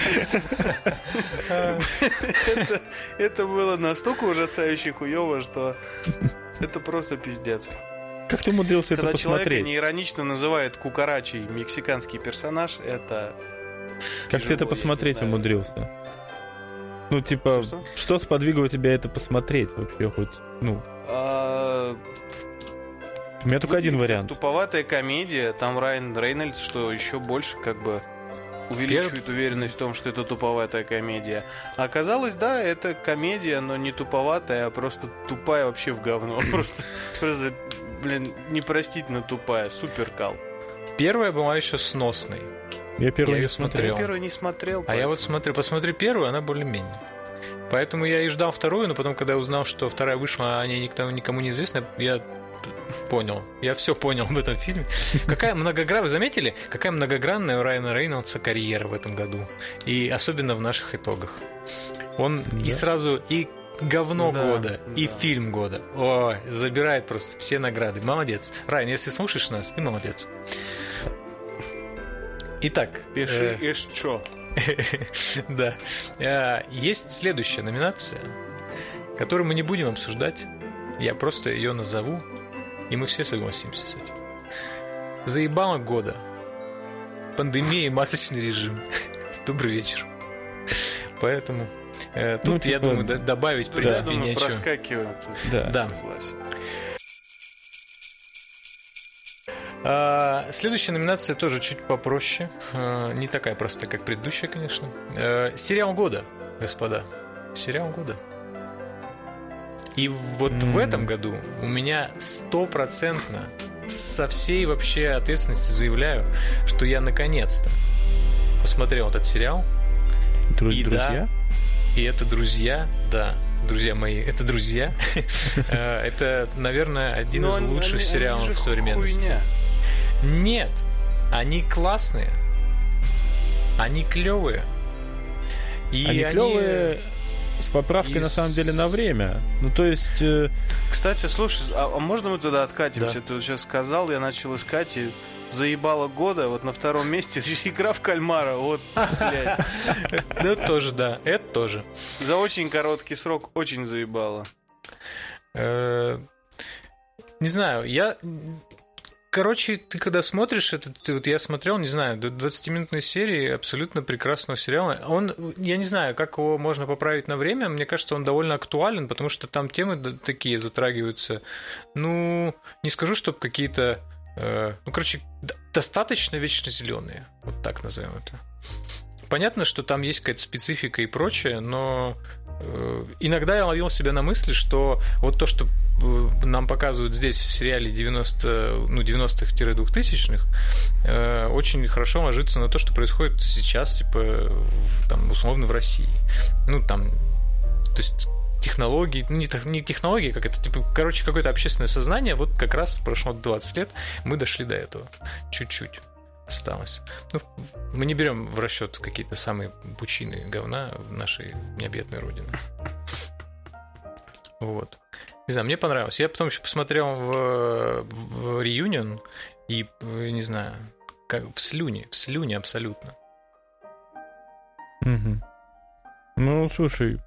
Это было настолько ужасающе хуёво, что это просто пиздец. Как ты умудрился это посмотреть? Когда человека неиронично называют кукарачей мексиканский персонаж, это... Как ты это посмотреть умудрился? Ну, типа, что, что? что сподвигло тебя это посмотреть вообще хоть? Ну... А... У меня только один вариант. Туповатая комедия, там Райан Рейнольдс, что еще больше как бы увеличивает Перв... уверенность в том, что это туповатая комедия. А оказалось, да, это комедия, но не туповатая, а просто тупая вообще в говно. Просто, просто блин, непростительно тупая, супер кал. Первая была еще сносной. Я первую я не смотрел. Я первую не смотрел. А поэтому... я вот смотрю, посмотри первую, она более-менее. Поэтому я и ждал вторую, но потом, когда я узнал, что вторая вышла, а о ней никто, никому не известно, я понял. Я все понял в этом фильме. Какая многогранная, вы заметили, какая многогранная у Райана Рейнольдса карьера в этом году. И особенно в наших итогах. Он да. и сразу и говно да, года, да. и фильм года. О, забирает просто все награды. Молодец. Райан, если слушаешь нас, ты молодец. Итак. Пиши э... еще. Да. Есть следующая номинация, которую мы не будем обсуждать. Я просто ее назову, и мы все согласимся с этим. Заебало года. Пандемия и масочный режим. Добрый вечер. Поэтому э, тут, ну, типа, я думаю, д- добавить, в принципе, да, думаю, нечего. Проскакиваем. Да. да. А, следующая номинация тоже чуть попроще. А, не такая простая, как предыдущая, конечно. А, сериал года, господа. Сериал года. И вот mm. в этом году у меня стопроцентно со всей вообще ответственностью заявляю, что я наконец-то посмотрел этот сериал. Дру- и друзья? Да, и это друзья, да, друзья мои, это друзья. Это, наверное, один из лучших сериалов в современности. Нет, они классные, они клевые. Они клевые... С поправкой, и... на самом деле, на время. Ну, то есть... Э... Кстати, слушай, а, а можно мы туда откатимся? Да. Ты вот сейчас сказал, я начал искать, и заебало года, вот на втором месте игра в кальмара. Вот, блядь. Это тоже, да, это тоже. За очень короткий срок очень заебало. Не знаю, я... Короче, ты когда смотришь это, ты, вот я смотрел, не знаю, двадцатиминутной серии абсолютно прекрасного сериала. Он, я не знаю, как его можно поправить на время. Мне кажется, он довольно актуален, потому что там темы такие затрагиваются. Ну, не скажу, чтобы какие-то, э, ну, короче, достаточно вечно зеленые. Вот так назовем это. Понятно, что там есть какая-то специфика и прочее, но э, иногда я ловил себя на мысли, что вот то, что нам показывают здесь в сериале девяностых, ну, девяностых-двухтысячных, э, очень хорошо ложится на то, что происходит сейчас, типа, в, там, условно, в России. Ну, там, то есть технологии, ну, не, не технологии, как это, типа, короче, какое-то общественное сознание, вот как раз прошло двадцать лет, мы дошли до этого. Чуть-чуть осталось. Ну, мы не берем в расчет какие-то самые пучины говна в нашей необъятной родине. Вот. Не знаю, мне понравилось. Я потом еще посмотрел в, в Reunion и, не знаю, как в слюне, в слюне абсолютно. Угу. Ну, слушай,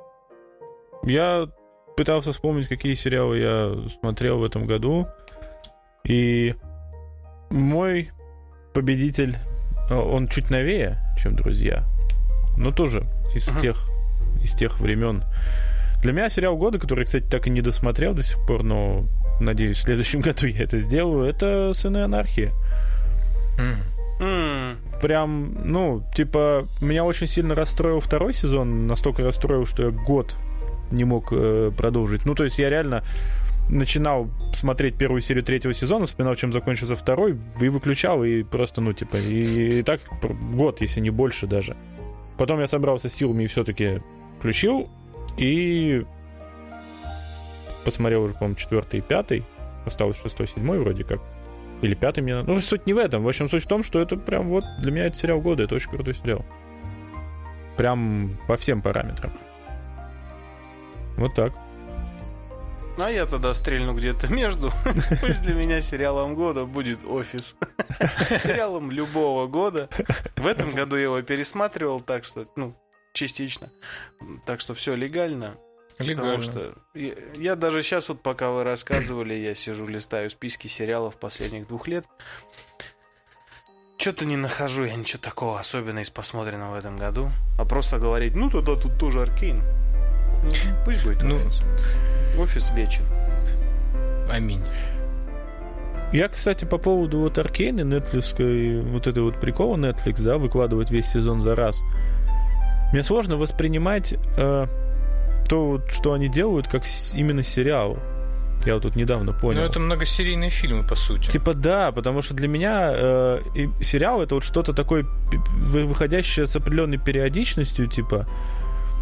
я пытался вспомнить, какие сериалы я смотрел в этом году, и мой победитель, он чуть новее, чем «Друзья», но тоже из uh-huh. тех из тех времен. Для меня сериал года, который, кстати, так и не досмотрел до сих пор, но надеюсь, в следующем году я это сделаю, это «Сыны анархии». Mm. Mm. Прям, ну, типа, меня очень сильно расстроил второй сезон, настолько расстроил, что я год не мог э, продолжить. Ну, то есть я реально начинал смотреть первую серию третьего сезона, вспоминал, чем закончился второй, и выключал, и просто, ну, типа, и, и так год, если не больше даже. Потом я собрался с силами и все-таки включил, и посмотрел уже, по-моему, четвертый и пятый. Осталось шестой, седьмой вроде как. Или пятый мне... Ну, суть не в этом. В общем, суть в том, что это прям вот для меня это сериал года. Это очень крутой сериал. Прям по всем параметрам. Вот так. А я тогда стрельну где-то между. Пусть для меня сериалом года будет «Офис». Сериалом любого года. В этом году я его пересматривал, так что, ну, частично. Так что все легально. Легально. Потому что я, я даже сейчас, вот пока вы рассказывали, я сижу, листаю списки сериалов последних двух лет. Что-то не нахожу я ничего такого особенного из посмотренного в этом году. А просто говорить, ну тогда тут тоже «Аркейн». Ну, пусть будет «Офис». Ну, «Офис» вечен. Аминь. Я, кстати, по поводу вот «Аркейна», нетфликской, вот это вот прикола Netflix, да, выкладывать весь сезон за раз. Мне сложно воспринимать э, то, что они делают, как с, именно сериал. Я вот тут недавно понял. Ну, это многосерийные фильмы, по сути. Типа да, потому что для меня э, сериал — это вот что-то такое, выходящее с определенной периодичностью, типа...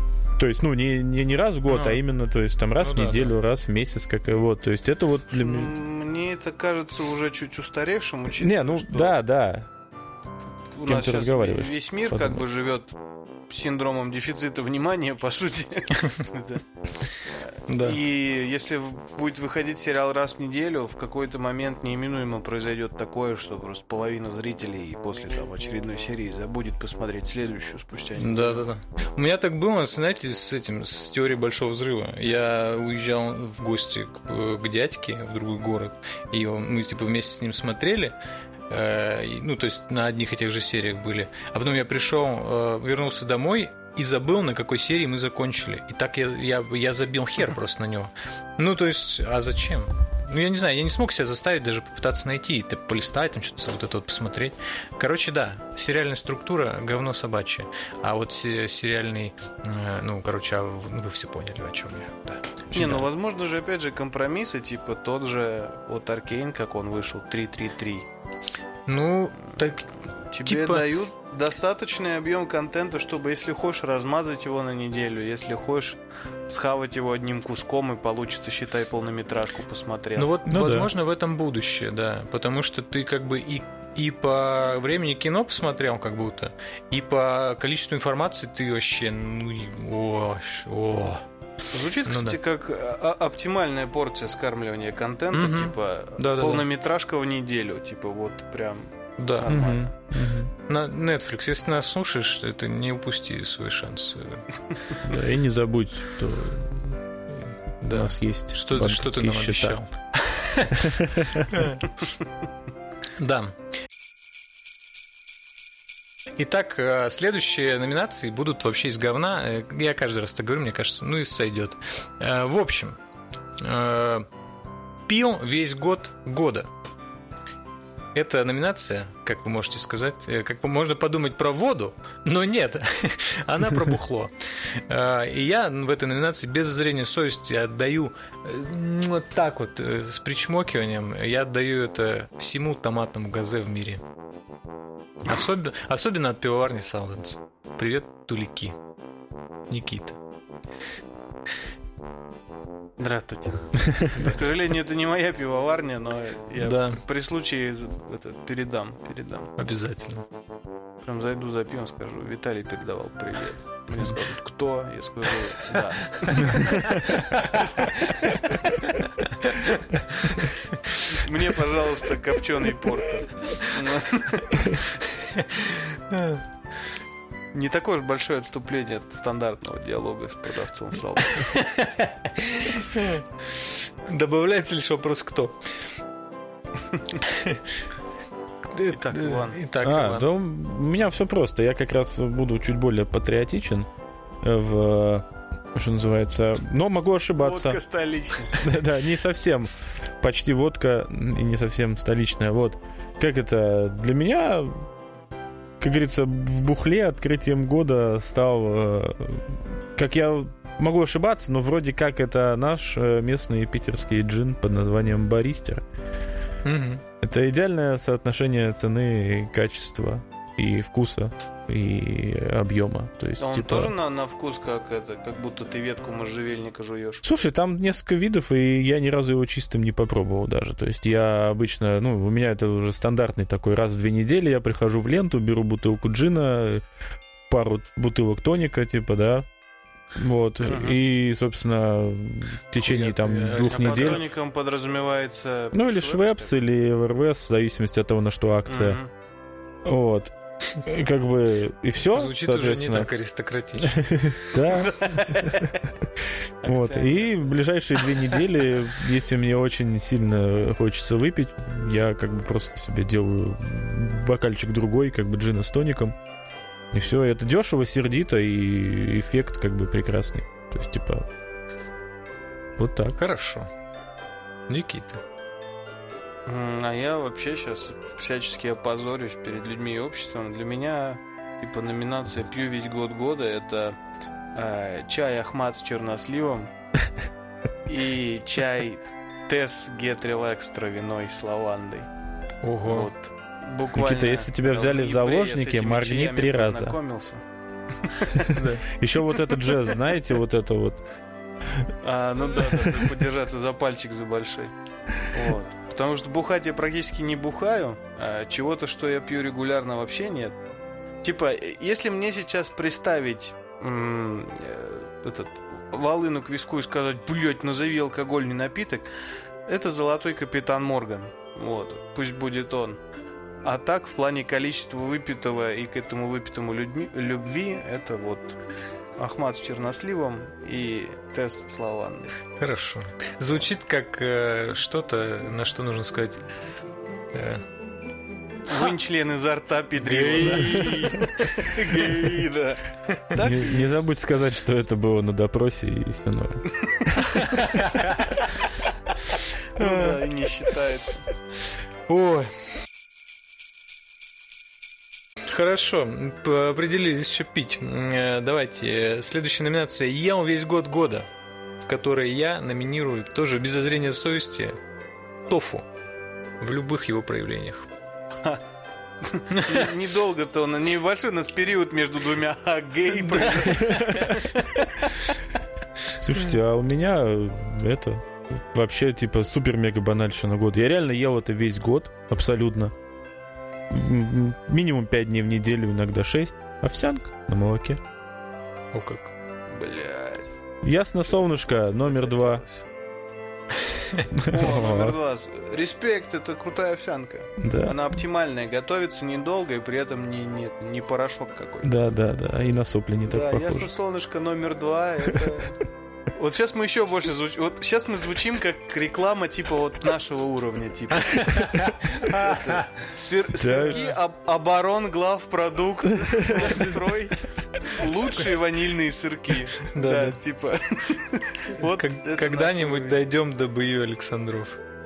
То есть, ну, не, не, не раз в год, ну, а именно, то есть, там, раз ну, в да, неделю, да. раз в месяц, как и вот. То есть, это вот для меня... Мне это кажется уже чуть устаревшим, учитывая, Не, ну, что да, да. у Кем нас ты сейчас разговариваешь? весь мир Подумай. как бы живет синдромом дефицита внимания, по сути. Да. И если в- будет выходить сериал раз в неделю, в какой-то момент неименуемо произойдет такое, что просто половина зрителей после там очередной серии забудет посмотреть следующую спустя неделю. Да, да, да. У меня так было, знаете, с этим, с теорией Большого взрыва. Я уезжал в гости к, к дядьке в другой город, и он- мы типа вместе с ним смотрели. э, и, Ну, то есть на одних и тех же сериях были. А потом я пришел, э, вернулся домой и забыл, на какой серии мы закончили. И так я, я, я забил хер просто на него. Ну, то есть, а зачем? Ну, я не знаю, я не смог себя заставить даже попытаться найти, и полистать, там что-то вот это вот посмотреть. Короче, да, сериальная структура — говно собачье. А вот се- сериальный, э, ну, короче, а вы, ну, вы все поняли, о чем я. Да. Не, ну Да. возможно же опять же компромиссы, типа тот же от Аркейн, как он вышел, три три три. Ну, так, Тебе Типа- дают достаточный объем контента, чтобы, если хочешь, размазать его на неделю, если хочешь, схавать его одним куском, и получится, считай, полнометражку посмотрел. ну вот, Ну да. возможно, в этом будущее, да. Потому что ты как бы и и по времени кино посмотрел, как будто, и по количеству информации ты вообще, ну, и- о, ш- о. Звучит, Ну кстати, как а- а- оптимальная порция скармливания контента, Мгм. типа Да-да-да. полнометражка в неделю, типа вот прям. Да. Нормально. Мгм, На Netflix, если нас слушаешь, это не упусти свой шанс. мгм. Да, и не забудь, что у Да. нас есть Что, ты- что ты нам банковские счета. обещал? Да. Итак, э, следующие номинации будут вообще из говна. Э, Я каждый раз так говорю, мне кажется, ну и сойдет. Э, В общем, э, пил весь год года. Эта номинация, как вы можете сказать, э, как можно подумать про воду, но нет, она про бухло. Э, И я в этой номинации без зрения совести отдаю э, вот так вот, э, с причмокиванием, я отдаю это всему томатному газе в мире. Особенно, особенно от пивоварни Сауденс. Привет, тулики. Никита. Здравствуйте. К сожалению, это не моя пивоварня, но я Да. при случае это, передам, передам. Обязательно. Прям зайду за пивом, скажу: Виталий передавал привет. Мне скажут: кто? Я скажу: да. Мне, пожалуйста, копченый портер. Не такое уж большое отступление от стандартного диалога с продавцом в салоне. Добавляется лишь вопрос «кто?». Итак, Иван. Итак, А, Иван. да у меня все просто. Я как раз буду чуть более патриотичен в, что называется, но могу ошибаться. Водка столичная. Да, не совсем. Почти водка и не совсем столичная. Вот. Как это? Для меня, как говорится, в бухле открытием года стал, э, как я могу ошибаться, но вроде как это наш э, местный питерский джин под названием Баристер. Мгм. Это идеальное соотношение цены и качества, и вкуса, и объема. То есть, Он типа... тоже на, на вкус как это, как будто ты ветку можжевельника жуешь. Слушай, там несколько видов, и я ни разу его чистым не попробовал даже. То есть я обычно, ну, у меня это уже стандартный такой, раз в две недели я прихожу в ленту, беру бутылку джина, пару бутылок тоника, типа, да. Вот. Ага. И, собственно, в течение Хуя там ты, двух А под недель. тоником подразумевается... Ну, или Швепс, Швепс, или эр вэ эс, в зависимости от того, на что акция. Мгм. Вот. И как бы, и все, Звучит уже не соответственно. так аристократично. Да. Вот. И в ближайшие две недели, если мне очень сильно хочется выпить, я как бы просто себе делаю бокальчик другой, как бы джина с тоником. И все, это дешево, сердито, и эффект как бы прекрасный. То есть, типа, вот так. Хорошо. Никита. М, А я вообще сейчас всячески опозорюсь перед людьми и обществом. Для меня, типа, номинация «Пью весь год года» — это э, чай Ахмат с черносливом и чай Тесс Get Relax с травяной с лавандой. Ого. Вот. Буквально Никита, если тебя взяли в ноябре я с заложники, этими моргни чаями три раза. познакомился. Еще вот этот джаз, знаете, вот это вот. А, ну да, да, подержаться за пальчик за большой. Вот. Потому что бухать я практически не бухаю, а чего-то, что я пью регулярно, вообще нет. Типа, если мне сейчас представить м- этот волыну к виску и сказать, блять, назови алкогольный напиток, это золотой капитан Морган. Вот, пусть будет он. А так, в плане количества выпитого и к этому выпитому людьми, любви, это вот Ахмат с черносливом и Тесс с лавандой. Хорошо. Звучит как э, что-то, на что нужно сказать... Э... Вынь член изо рта, педрила. Гей, да. Не забудь сказать, что это было на допросе и все норм. Ну да, и не считается. Ой. Хорошо, определились, что пить. Давайте, следующая номинация «Ел весь год года», в которой я номинирую, тоже без зазрения совести, тофу в любых его проявлениях. Недолго-то он, небольшой у нас период между двумя гей. Слушайте, а у меня это вообще типа супер-мега банальщина год. Я реально ел это весь год, абсолютно. Минимум пять дней в неделю, иногда шесть. Овсянка на молоке. О как. Блядь. Ясно, солнышко, номер два. О, номер два. Респект, это крутая овсянка. Да. Она оптимальная, готовится недолго и при этом не, не, не порошок какой-то. Да, да, да. И на сопли не так да, похоже. Ясно, солнышко, номер два. Это... Вот сейчас мы еще больше звучим. Вот сейчас мы звучим как реклама типа вот нашего уровня, типа. Сырки, оборон, главпродукт, строй. Лучшие ванильные сырки. Да, типа. Вот когда-нибудь дойдем до Б.Ю. Александров.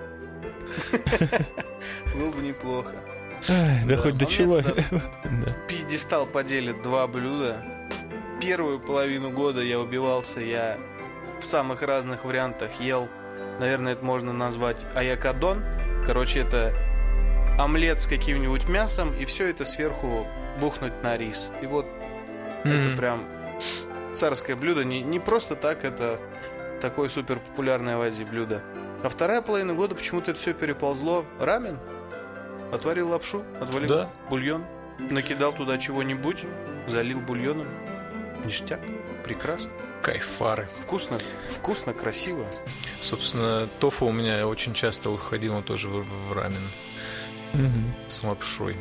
Было бы неплохо. Да хоть до чего. Пьедестал поделит два блюда. Первую половину года я убивался, я в самых разных вариантах ел. Наверное, это можно назвать аякадон. Короче, это омлет с каким-нибудь мясом, и все это сверху бухнуть на рис. И вот mm-hmm. это прям царское блюдо. Не, не просто так, это такое супер популярное в Азии блюдо. А вторая половина года почему-то это все переползло. Рамен. Отварил лапшу, отвалил да. бульон, накидал туда чего-нибудь, залил бульоном. Ништяк. Прекрасно. Кайфары. Вкусно, вкусно, красиво. Собственно, тофу у меня очень часто уходило тоже в, в рамен. Mm-hmm. С лапшой.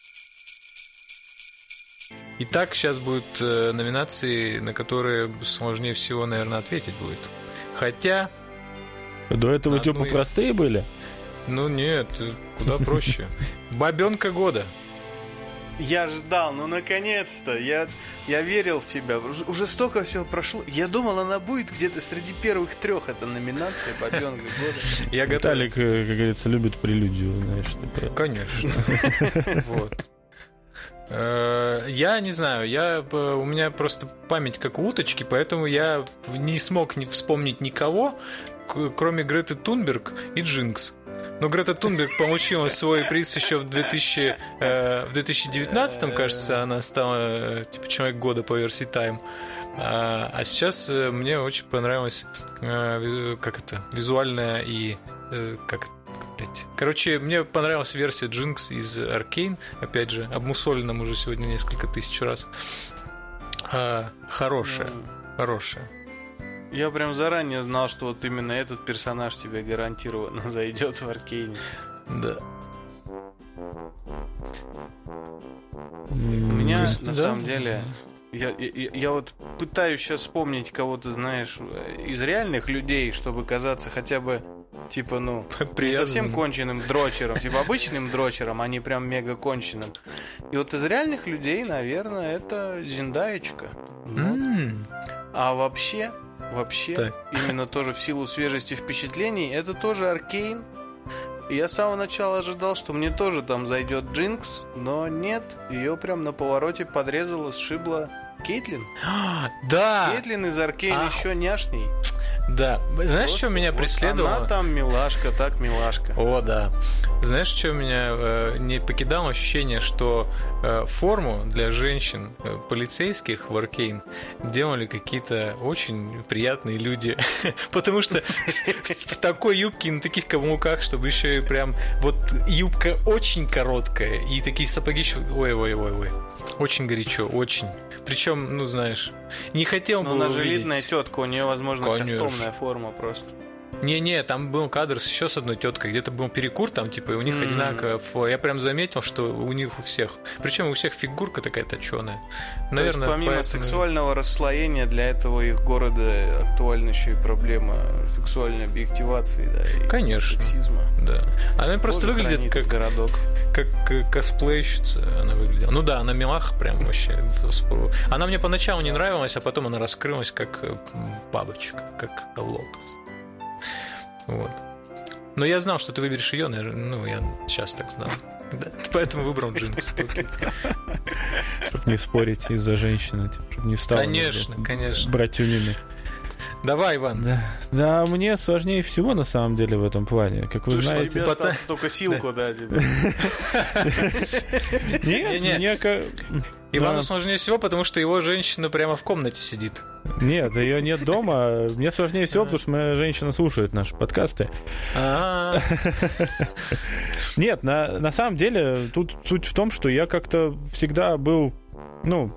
Итак, сейчас будут э, номинации, на которые сложнее всего, наверное, ответить будет. Хотя... До этого типа и... простые были? Ну нет, куда проще. Бабенка года. Я ждал, ну наконец-то. Я, я верил в тебя. Уже столько всего прошло. Я думал, она будет где-то среди первых трех. Это номинация «Бабенка года». Я Виталик, как говорится, любит прелюдию, знаешь. Такое. Конечно. Вот. Я не знаю, я, у меня просто память как у уточки, поэтому я не смог вспомнить никого, кроме Греты Тунберг и Джинкс. Но Грета Тунберг получила свой приз еще в, две тысячи, э, в две тысячи девятнадцатом, кажется, она стала типа человек года по версии Time. А, а сейчас э, мне очень понравилась э, как это, визуальная и э, как блядь. Короче, мне понравилась версия Джинкс из Arcane, опять же, обмусолена уже сегодня несколько тысяч раз. А, хорошая, хорошая. Я прям заранее знал, что вот именно этот персонаж тебе гарантированно зайдет в Аркейне. Да. У меня, на да? самом деле, я, я, я вот пытаюсь сейчас вспомнить кого-то, знаешь, из реальных людей, чтобы казаться хотя бы, типа, ну, не совсем конченым дрочером, типа обычным дрочером, а не прям мега конченым. И вот из реальных людей, наверное, это Зендаечка. Вот. Mm. А вообще... Вообще, так. именно тоже в силу свежести впечатлений, это тоже Аркейн. И я с самого начала ожидал, что мне тоже там зайдет Джинкс, но нет, ее прям на повороте подрезала, сшибла Кейтлин. Да! Кейтлин из Аркейн а... еще няшней. Да. Знаешь, что меня преследовало? Она там милашка, так милашка. О, да. Знаешь, что меня э, не покидало ощущение, что э, форму для женщин э, полицейских в Аркейн делали какие-то очень приятные люди. Потому что в такой юбке, на таких каблуках, чтобы еще и прям вот юбка очень короткая и такие сапоги еще... Ой-ой-ой-ой. Очень горячо, очень. Причем, ну, знаешь, не хотел бы увидеть. Ну, она же увидеть... элитная тетка, у нее, возможно, Конечно. кастомная форма просто. Не-не, там был кадр с еще с одной теткой, где-то был перекур, там, типа, и у них mm. одинаково. Я прям заметил, что у них у всех. Причем у всех фигурка такая точеная. Наверное, то есть, помимо поэтому... сексуального расслоения, для этого их города актуальна еще и проблема сексуальной объективации, да, и Конечно. сексизма. Да. Она просто Боже, выглядит как городок. Как косплейщица она выглядела. Ну да, она милаха прям вообще. Она мне поначалу не нравилась, а потом она раскрылась как бабочка, как лотос. Вот. Но я знал, что ты выберешь ее, наверное, ну, я сейчас так знал. Да. Поэтому выбрал джинсы. Чтобы не спорить из-за женщины, чтобы не встал. Конечно, конечно. Братюнями. Давай, Иван. Да. да, мне сложнее всего, на самом деле, в этом плане. Как вы Ты знаете... Тебе пота... остался только силку, да, тебе. Нет, мне... Ивану сложнее всего, потому что его женщина прямо в комнате сидит. Нет, ее нет дома. Мне сложнее всего, потому что моя женщина слушает наши подкасты. Нет, на, на самом деле, тут суть в том, что я как-то всегда был, ну,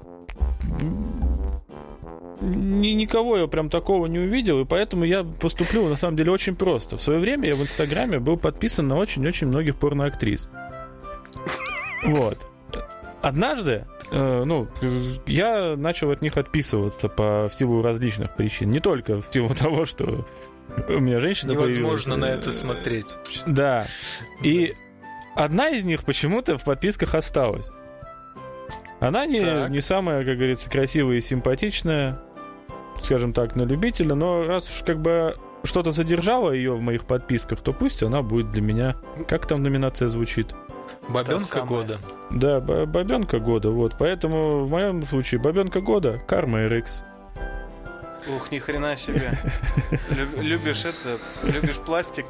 ни, никого я прям такого не увидел, и поэтому я поступлю, на самом деле, очень просто. В свое время я в Инстаграме был подписан на очень-очень многих порноактрис. Вот. Однажды, э, ну, я начал от них отписываться по в силу различных причин. Не только в силу того, что у меня женщина появилась. Невозможно на это смотреть. Да. И одна из них почему-то в подписках осталась. Она не, не самая, как говорится, красивая и симпатичная, скажем так, на любителя, но раз уж как бы что-то задержало ее в моих подписках, то пусть она будет для меня... Как там номинация звучит? Бабенка года. Да, бабенка года, вот. Поэтому в моем случае бабенка года — Карма эр икс. Ух, ни хрена себе. Любишь это? Любишь пластик?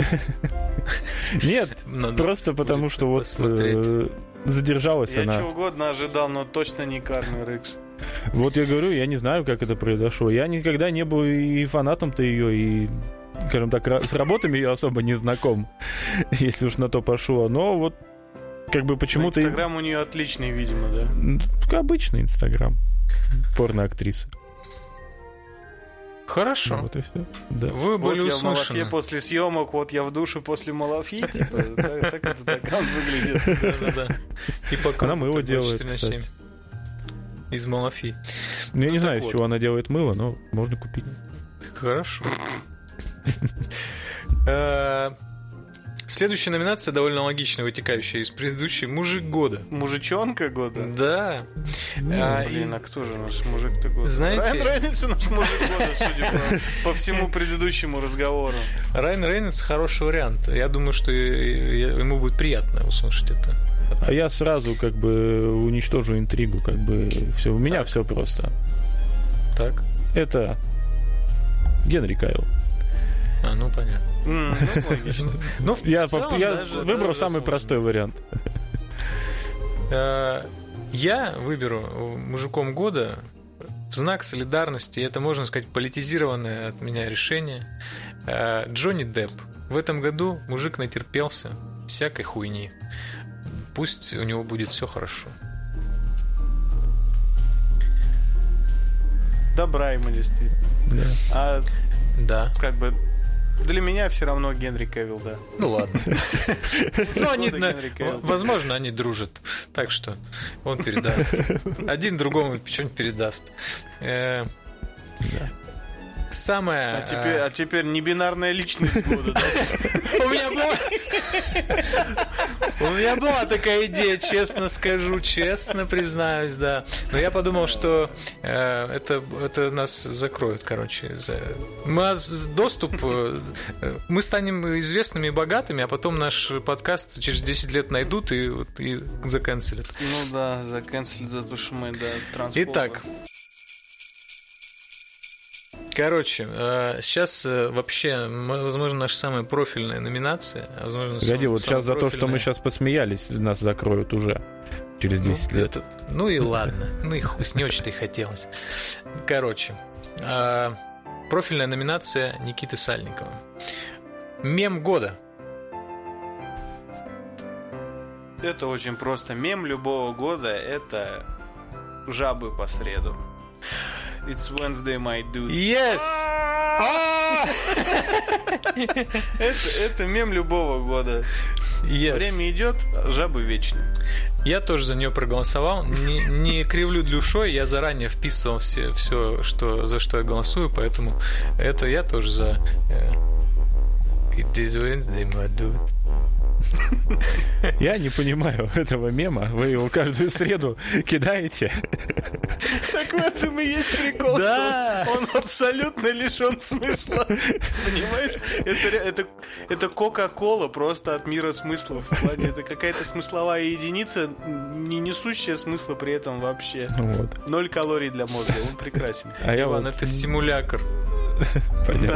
Нет, просто потому что вот задержалась она. Я чего угодно ожидал, но точно не Карма эр икс. Вот я говорю, я не знаю, как это произошло. Я никогда не был и фанатом-то ее, и, скажем так, с работами ее особо не знаком, если уж на то пошло. Но вот как бы почему-то... Инстаграм у нее отличный, видимо, да? Обычный Инстаграм. Порноактриса. Хорошо. Вот и все. Да. Вы были вот услышаны. Я в Малафье после съемок, вот я в душе после Малафьи, типа, так этот аккаунт выглядит. Да-да-да. И пока она мыло делает, кстати. Из Малафьи. Ну, я не знаю, из чего она делает мыло, но можно купить. Хорошо. Следующая номинация довольно логично вытекающая из предыдущей. Мужик года. Мужичонка года? Да. Ну, а, блин, а кто же наш мужик-то года? Знаете... Райан Рейнольдс у нас мужик года, судя по, по всему предыдущему разговору. Райан Рейнольдс хороший вариант. Я думаю, что ему будет приятно услышать это. А я сразу как бы уничтожу интригу, как бы все. У меня так. Все просто. Так. Это Генри Кавилл. А, ну понятно. Mm, ну, логично. Ну, я целом, я даже, выбрал даже самый простой вариант. Я выберу мужиком года в знак солидарности, и это, можно сказать, политизированное от меня решение. Джонни Депп. В этом году мужик натерпелся всякой хуйни. Пусть у него будет все хорошо. Добра ему действительно. Да. А да. Как бы для меня все равно Генри Кавилл, да. Ну ладно. Ну, они, возможно, они дружат. Так что он передаст. Один другому что-нибудь передаст. Самое... А теперь, а теперь небинарная личность года, да? У меня была... У меня была такая идея, честно скажу, честно признаюсь, да. Но я подумал, что э, это, это нас закроют, короче. За... Мы доступ... Мы станем известными и богатыми, а потом наш подкаст через десять лет найдут и, и заканцелят. Ну да, заканцелят за то, что мы, да, трансформеры. Итак... Короче, сейчас вообще, возможно, наша самая профильная номинация. Возможно, Погоди, вот сейчас за то, что мы сейчас посмеялись, нас закроют уже через десять ну, лет. Это, ну и ладно. Ну и хуй, не очень-то и хотелось. Короче, профильная номинация Никиты Сальникова. Мем года. Это очень просто. Мем любого года — это жабы по средам. It's Wednesday, my dudes. Yes! это, это мем любого года. Yes. Время идет, жабы вечны. Я тоже за нее проголосовал. Не, не кривлю душой, я заранее вписывал все, все что, за что я голосую, поэтому это я тоже за It is Wednesday, my dude. Я не понимаю этого мема. Вы его каждую среду кидаете. Так в этом и есть прикол, да. что он абсолютно лишен смысла. Понимаешь? Это, это, это Кока-Кола просто от мира смыслов. В плане, это какая-то смысловая единица, не несущая смысла при этом вообще. Вот. Ноль калорий для мозга. Он прекрасен. А я Иван, вот... это симулятор. Понятно.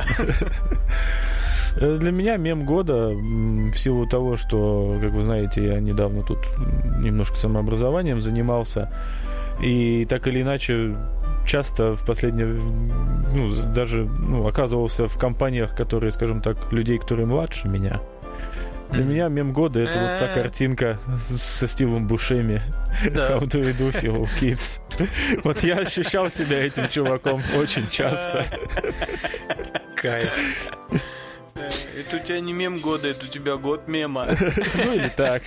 Для меня мем года, в силу того, что, как вы знаете, я недавно тут немножко самообразованием занимался, и так или иначе часто в последнее, ну, даже ну, оказывался в компаниях, которые, скажем так, людей, которые младше меня. Для меня мем года — это вот та картинка со Стивом Бушеми. How do you do, fellow kids? Вот я ощущал себя этим чуваком очень часто. Кайф. Это у тебя не мем года, это у тебя год мема. Ну или так.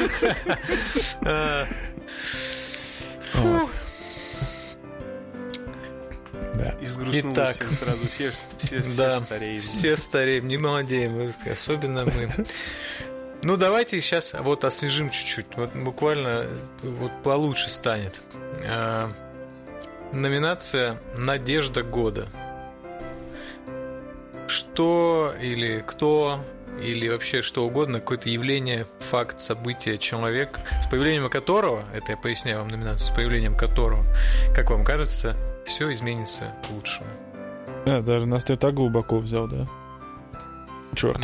Изгрустнуло Итак. всем сразу. Все, все, все да, стареем. Все стареем, не молодеем, особенно мы. Ну, давайте сейчас вот освежим чуть-чуть. Вот буквально вот получше станет. Номинация «Надежда года». Что или кто, или вообще что угодно, какое-то явление, факт, событие, человек, с появлением которого, это я поясняю вам номинацию, с появлением которого, как вам кажется, все изменится к лучшему. Да, даже нас ты так глубоко взял, да? Черт.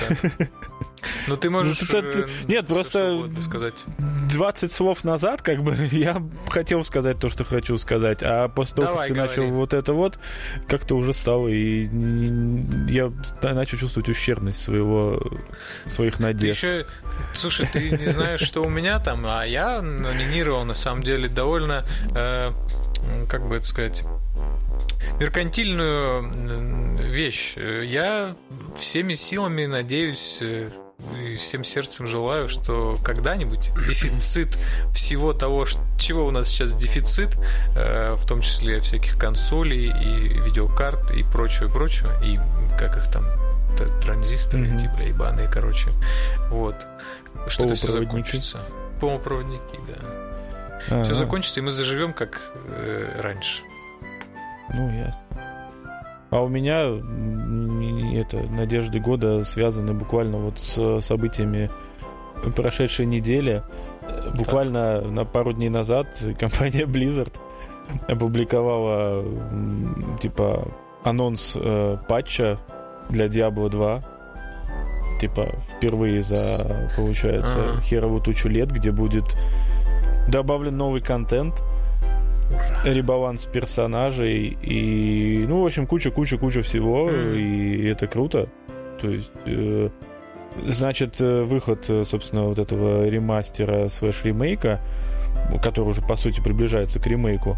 Ну, ты можешь ну, ты, ты, нет, просто сказать. двадцать слов назад, как бы, я хотел сказать то, что хочу сказать, а после того, Давай, как ты говори. начал вот это вот, как-то уже стало, и я начал чувствовать ущербность своего, своих надежд. Ты еще, слушай, ты не знаешь, что у меня там, а я номинировал, на самом деле, довольно, э, как бы это сказать, меркантильную вещь. Я всеми силами надеюсь и всем сердцем желаю, что когда-нибудь дефицит всего того, чего у нас сейчас дефицит, в том числе всяких консолей и видеокарт и прочего, и прочего, и как их там, транзисторы, mm-hmm. эти, бля, ебаные, короче. Вот. Что это все закончится. Полупроводники, да. А-а-а. Все закончится, и мы заживем как э, раньше. Ну, ясно. А у меня это, надежды года связаны буквально вот с событиями прошедшей недели. Буквально так. на пару дней назад компания Blizzard опубликовала типа анонс э, патча для Diablo два. Типа впервые за, получается, А-а-а. херову тучу лет, где будет добавлен новый контент, ребаланс персонажей и, ну, в общем, куча-куча-куча всего, mm. и это круто. То есть, э, значит, выход, собственно, вот этого ремастера слэш-ремейка, который уже, по сути, приближается к ремейку,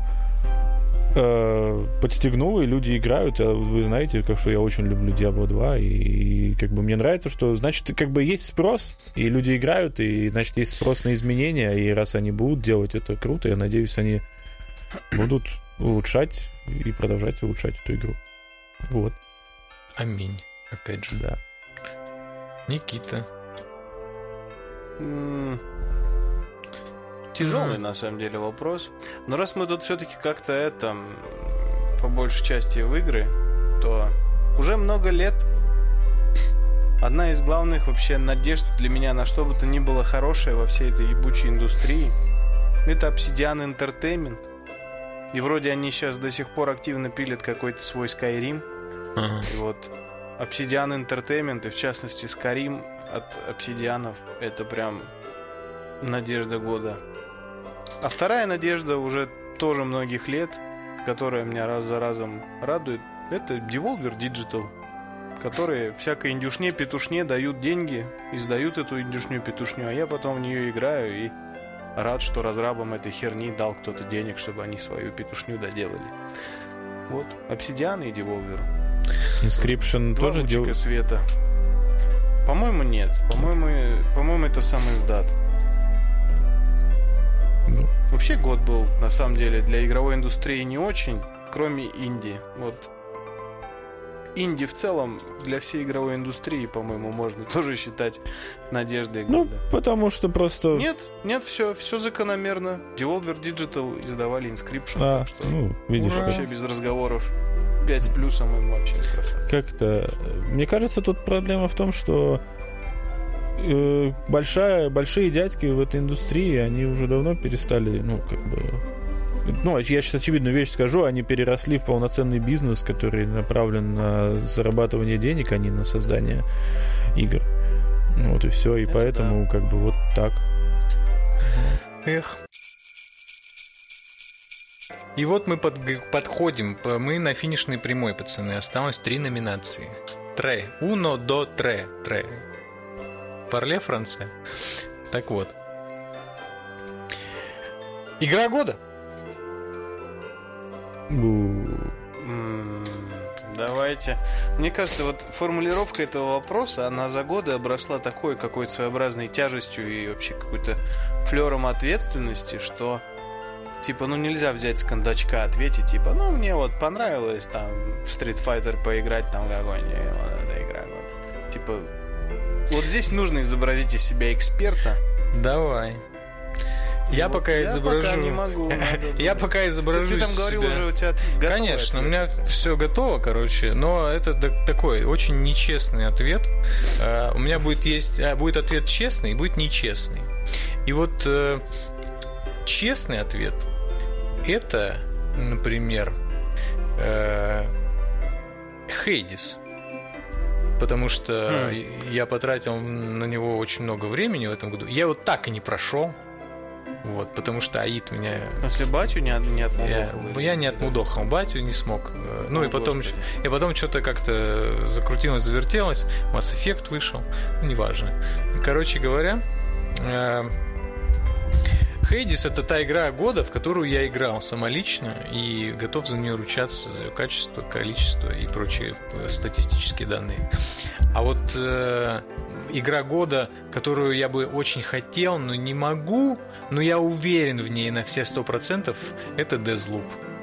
э, подстегнул, и люди играют. А вы знаете, как что я очень люблю Diablo два, и, и как бы мне нравится, что, значит, как бы есть спрос, и люди играют, и, значит, есть спрос на изменения, и раз они будут делать это круто, я надеюсь, они будут улучшать и продолжать улучшать эту игру. Вот. Аминь. Опять же. Да. Никита. Mm. Тяжелый, mm. на самом деле, вопрос. Но раз мы тут все-таки как-то это, по большей части в игры, то уже много лет одна из главных вообще надежд для меня на что бы то ни было хорошее во всей этой ебучей индустрии — это Obsidian Entertainment. И вроде они сейчас до сих пор активно пилят какой-то свой Skyrim. Ага. И вот Obsidian Entertainment, и в частности Skyrim от Obsidianов, это прям надежда года. А вторая надежда уже тоже многих лет, которая меня раз за разом радует, это Devolver Digital, которые всякой индюшне, петушне дают деньги, издают эту индюшню, петушню, а я потом в нее играю и рад, что разрабам этой херни дал кто-то денег, чтобы они свою петушню доделали. Вот, Obsidian и Devolver. Inscription Два тоже лучика делал? света. По-моему, нет. По-моему, по-моему, это сам издат. Ну. Вообще год был, на самом деле, для игровой индустрии не очень, кроме инди. Вот. Инди в целом для всей игровой индустрии, по-моему, можно тоже считать надеждой Ну, года. потому что просто... Нет, нет, все, все закономерно. Devolver Digital издавали Inscription, А, так что ну, видишь, Ура. вообще без разговоров. пять с плюсом им вообще красавцы. как-то... Мне кажется, тут проблема в том, что э, большая, большие дядьки в этой индустрии, они уже давно перестали, ну, как бы... Ну, я сейчас очевидную вещь скажу, они переросли в полноценный бизнес, который направлен на зарабатывание денег, а не на создание игр. Вот и все, и Это поэтому как бы вот так. Эх. И вот мы под, подходим, мы на финишной прямой, пацаны. Осталось три номинации. Тре. Уно до тре. Тре. Парле, Франция. Так вот. Игра года. М, Давайте. Мне кажется, вот формулировка этого вопроса, она за годы обросла такой какой-то своеобразной тяжестью и вообще какой-то флером ответственности, что типа, ну нельзя взять с кондачка, ответить, типа, ну мне вот понравилось там в Street Fighter поиграть, там какой-нибудь, вот эта игра. Вот. Типа, вот здесь нужно изобразить из себя эксперта. Давай. Я Вот пока я изображу. пока не могу. Я пока Ты, изображу. ты там говорил себя. уже, у тебя готовый Конечно, у ответ. меня все готово, короче, но это д- такой очень нечестный ответ. Э, у меня будет есть, а, будет ответ честный и будет нечестный. И вот э, честный ответ это, например, э, Хейдис. Потому что Хм. я потратил на него очень много времени в этом году. Я его так и не прошел. Вот, потому что Аид меня... Если батю не, не Я, отмудохал. я не отмудохал батю, не смог. Ну О, и потом, Господи. и потом что-то как-то закрутилось, завертелось. Mass Effect вышел. Ну, неважно. Короче говоря, Хейдис — это та игра года, в которую я играл самолично и готов за нее ручаться, за ее качество, количество и прочие статистические данные. А вот э, игра года, которую я бы очень хотел, но не могу, но я уверен в ней на все сто процентов, это Deathloop.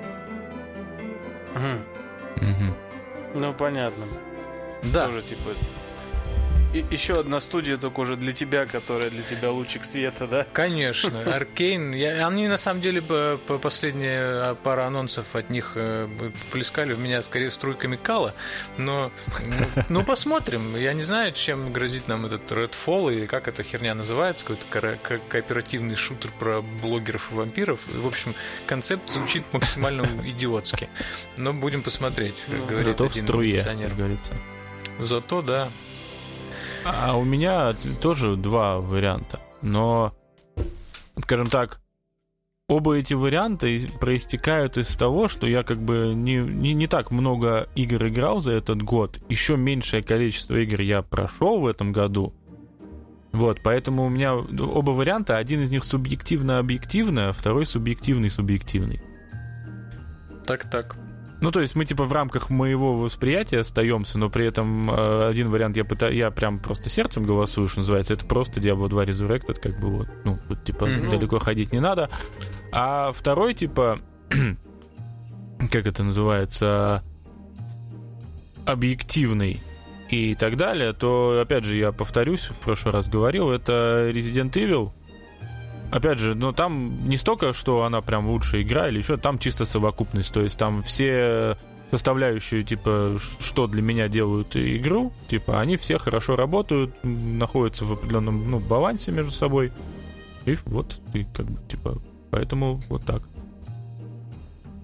Мгм. Мгм. Ну, понятно. Да. Тоже, типа... И, еще одна студия, только уже для тебя, которая для тебя лучик света, да? Конечно, Аркейн. Я, они на самом деле по, по последние пара анонсов от них э, плескали в меня скорее струйками кала. Но ну, ну посмотрим. Я не знаю, чем грозит нам этот Redfall или как эта херня называется, какой-то ко- ко- кооперативный шутер про блогеров и вампиров. В общем, концепт звучит максимально идиотски. Но будем посмотреть, как говорит Зато в один струе, милиционер. как говорится. Зато, да. А у меня тоже два варианта, но, скажем так, оба эти варианта из- проистекают из того, что я как бы не, не, не так много игр играл за этот год, еще меньшее количество игр я прошел в этом году. Вот, поэтому у меня оба варианта, один из них субъективно-объективный, а второй субъективный-субъективный. Так-так. Ну, то есть мы типа в рамках моего восприятия остаемся, но при этом э, один вариант я пытаюсь, я прям просто сердцем голосую, что называется, это просто Diablo два Resurrected, как бы вот, ну, вот, типа Мгм. далеко ходить не надо. А второй, типа, как это называется, объективный и так далее, то, опять же, я повторюсь, в прошлый раз говорил, это Resident Evil. Опять же, но там не столько, что она прям лучшая игра или еще, там чисто совокупность. То есть там все составляющие, типа, ш- что для меня делают игру, типа, они все хорошо работают, м, находятся в определенном, ну, балансе между собой. И вот, и как бы, типа, поэтому вот так.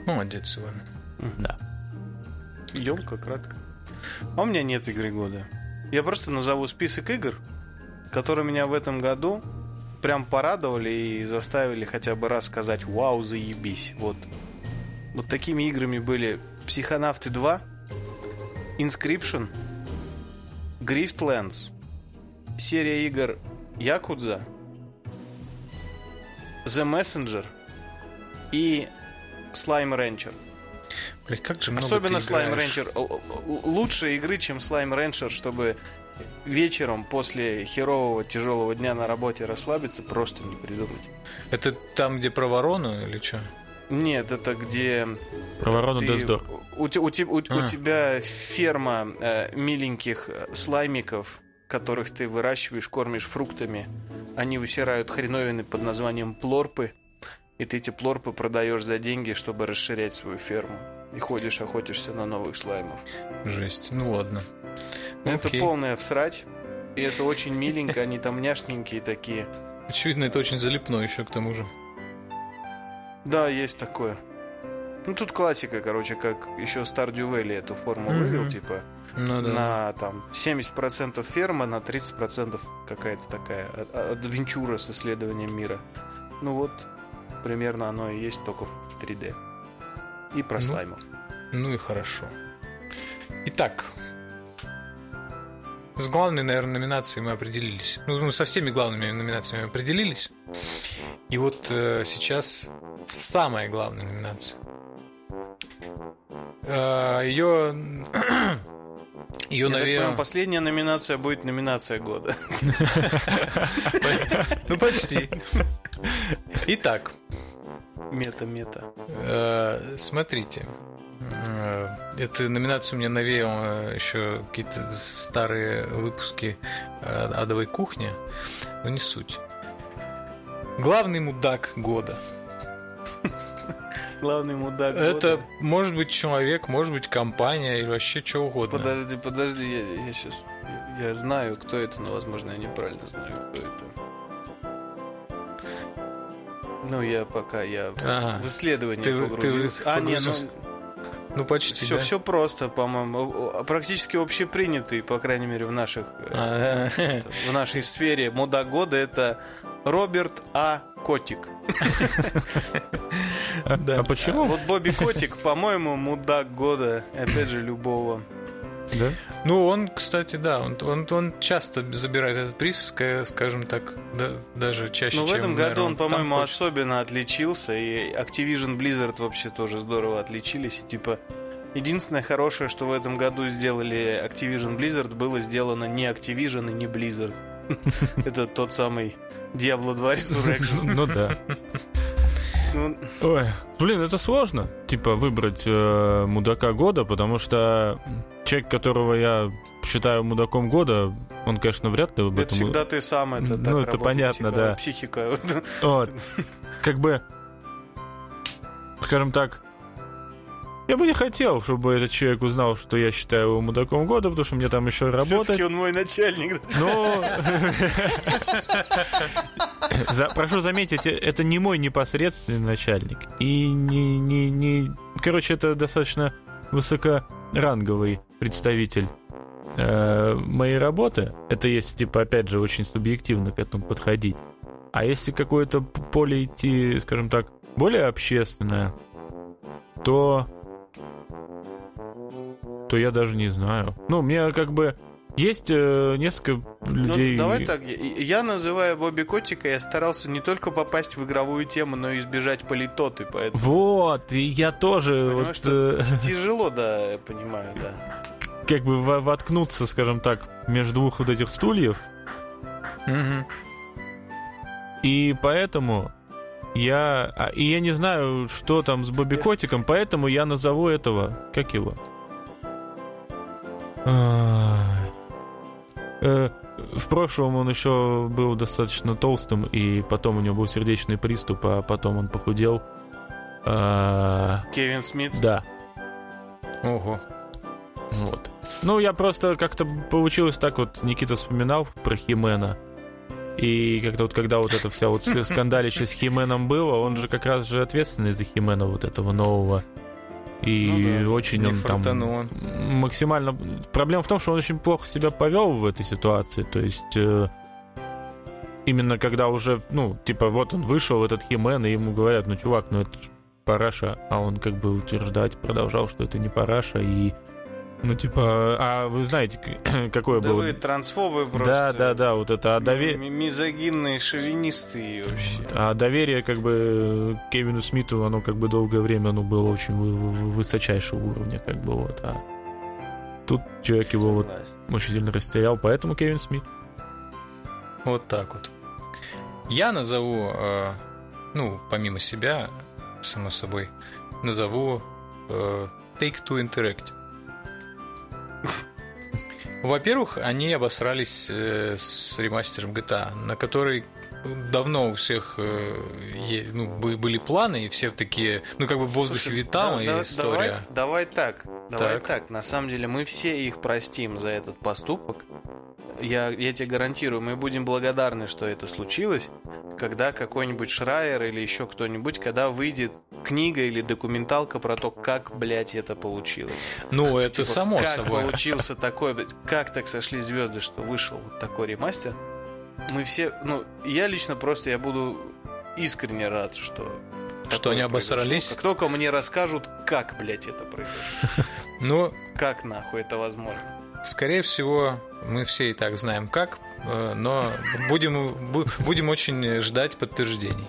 Молодец, Иван. Да. Ёмко, кратко. А у меня нет игры года. Я просто назову список игр, которые меня в этом году прям порадовали и заставили хотя бы раз сказать: вау, заебись. Вот. Вот такими играми были Психонавты два, Inscription, Griftlands, серия игр Якудза, The Messenger и Slime Rancher. Блять, как же много Особенно ты Slime играешь. Rancher. Лучше игры, чем Slime Rancher, чтобы вечером после херового тяжелого дня на работе расслабиться, просто не придумать. Это там, где про ворону или что? Нет, это где... Про ворону ты- Death Door. У, те- у те- у- у А. тебя ферма э, миленьких слаймиков, которых ты выращиваешь, кормишь фруктами. Они высирают хреновины под названием плорпы. И ты эти плорпы продаешь за деньги, чтобы расширять свою ферму. И ходишь, охотишься на новых слаймов. Жесть. Ну ладно. Это Окей. полная всрать. И это очень миленько, они там няшненькие такие. Очевидно, это очень залипно еще к тому же. Да, есть такое. Ну, тут классика, короче, как еще Stardew Valley эту форму Мгм. вывел, типа, Ну да. на там семьдесят процентов ферма, на тридцать процентов какая-то такая а- а- адвенчура с исследованием мира. Ну вот, примерно оно и есть, только в три дэ. И про Ну. слаймов. Ну и хорошо. Итак, с главной, наверное, номинацией мы определились. Ну, ну, со всеми главными номинациями определились. И вот э, сейчас самая главная номинация. Э, ее... Ее, Я так наверное... понимаю, последняя номинация будет номинация года. Ну, почти. Итак, Мета-мета. Э, смотрите, Э, эту номинацию мне навеяло еще какие-то старые выпуски э, «Адовой кухни», но не суть. Главный мудак года. Главный мудак Это года. может быть человек, может быть компания или вообще что угодно. Подожди, подожди, я, я сейчас... Я, я знаю, кто это, но, возможно, я неправильно знаю, кто это. Ну, я пока, я Ага. в исследование Ты- ты погрузился. а, не, ну, погрузился. Ну, почти, все, да? все просто, по-моему. О- о- Практически общепринятый, по крайней мере, в наших, э, А, в нашей сфере мудак года это Роберт А. Котик. А, Да. а почему? Вот Бобби Котик, по-моему, мудак года, опять же, любого. Да? Ну, он, кстати, да, он, он, он часто забирает этот приз, ска- скажем так, да- даже чаще, Но в чем, этом наверное, году он, там по-моему, хочет. особенно отличился, и Activision Blizzard вообще тоже здорово отличились. И типа единственное хорошее, что в этом году сделали Activision Blizzard, было сделано не Activision и не Blizzard. Это тот самый Diablo два Resurrection. Ну да. Ну, Ой, блин, это сложно, типа, выбрать э, мудака года, потому что человек, которого я считаю мудаком года, он, конечно, вряд ли об это этом... всегда ты сам, это Ну, так это работает понятно, психо- да. Психика. Вот. Как бы, скажем так, я бы не хотел, чтобы этот человек узнал, что я считаю его мудаком года, потому что мне там еще работать. Все-таки он мой начальник. Но... За- Прошу заметить, э- это не мой непосредственный начальник. И не, не, не... Короче, это достаточно высокоранговый представитель э, моей работы. Это если, типа, опять же, очень субъективно к этому подходить. А если какое-то п- поле идти, скажем так, более общественное, то... то я даже не знаю. Ну, мне как бы... Есть э, несколько людей... Ну, давай так, я, я называю Бобби Котика, я старался не только попасть в игровую тему, но и избежать политоты, поэтому... Вот, и я тоже Понимаешь, вот, что э, тяжело, да, я понимаю, да. как бы во- воткнуться, скажем так, между двух вот этих стульев. Мгм. И поэтому я... а, И я не знаю, что там с Бобби Котиком, поэтому я назову этого... Как его? Ай. Э, В прошлом он еще был достаточно толстым, и потом у него был сердечный приступ, а потом он похудел. А, Кевин Смит. Да. Ого. Вот. Ну, я просто как-то получилось так вот, Никита вспоминал про Химена. И как-то вот когда вот это вся вот скандалище с Хи-Мэном было, он же как раз же ответственный за Хи-Мэна вот этого нового. И ну да, очень он там он. максимально... Проблема в том, что он очень плохо себя повел в этой ситуации. То есть э, именно когда уже, ну, типа, вот он вышел, этот Хи-Мэн, и ему говорят, ну, чувак, ну это ж параша. А он как бы утверждать продолжал, что это не параша, и ну, типа, а вы знаете, какое да было... Да вы трансфобы просто. Да, да, да, вот это... А довер... Мизогинные шовинисты вообще. Вот. А доверие, как бы, к Кевину Смиту, оно, как бы, долгое время, оно было очень высочайшего уровня, как бы, вот. А тут человек его вот очень сильно растерял, поэтому Кевин Смит. Вот так вот. Я назову, э, ну, помимо себя, само собой, назову э, Take-Two Interactive. Во-первых, они обосрались э, с ремастером джи ти эй, на который давно у всех э, е, ну, были планы, и все такие, ну, как бы в воздухе Слушай, витала да, история. Давай, давай так, давай так. так. На самом деле мы все их простим за этот поступок. Я, я тебе гарантирую, мы будем благодарны, что это случилось, когда какой-нибудь Шрайер или еще кто-нибудь, когда выйдет книга или документалка про то, как, блядь, это получилось. Ну, это типа, само как собой. Как получился такой, блядь, как так сошли звезды, что вышел вот такой ремастер. Мы все, ну, я лично просто, я буду искренне рад, что... Что они обосрались. Как только мне расскажут, как, блядь, это произошло. Ну... Как нахуй это возможно? Скорее всего, мы все и так знаем как, но будем, будем очень ждать подтверждений.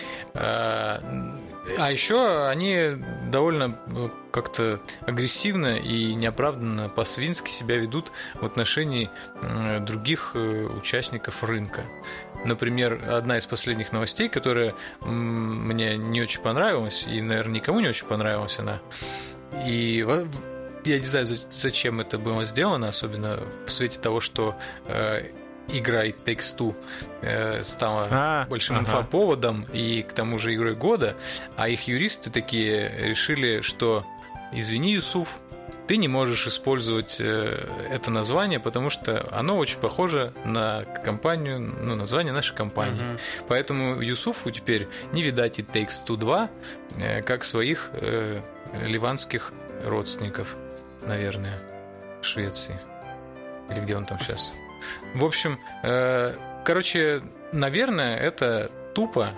А еще они довольно как-то агрессивно и неоправданно по-свински себя ведут в отношении других участников рынка. Например, одна из последних новостей, которая мне не очень понравилась, и, наверное, никому не очень понравилась она, и... Я не знаю, зачем это было сделано, особенно в свете того, что э, игра It Takes Two э, стала а, большим ага. инфоповодом и к тому же игрой года, а их юристы такие решили, что извини, Юсуф, ты не можешь использовать э, это название, потому что оно очень похоже на компанию, ну, название нашей компании. Uh-huh. Поэтому Юсуфу теперь не видать It Takes Two два, э, как своих э, ливанских родственников. Наверное, в Швеции. Или где он там сейчас. В общем, э, короче, наверное, это тупо.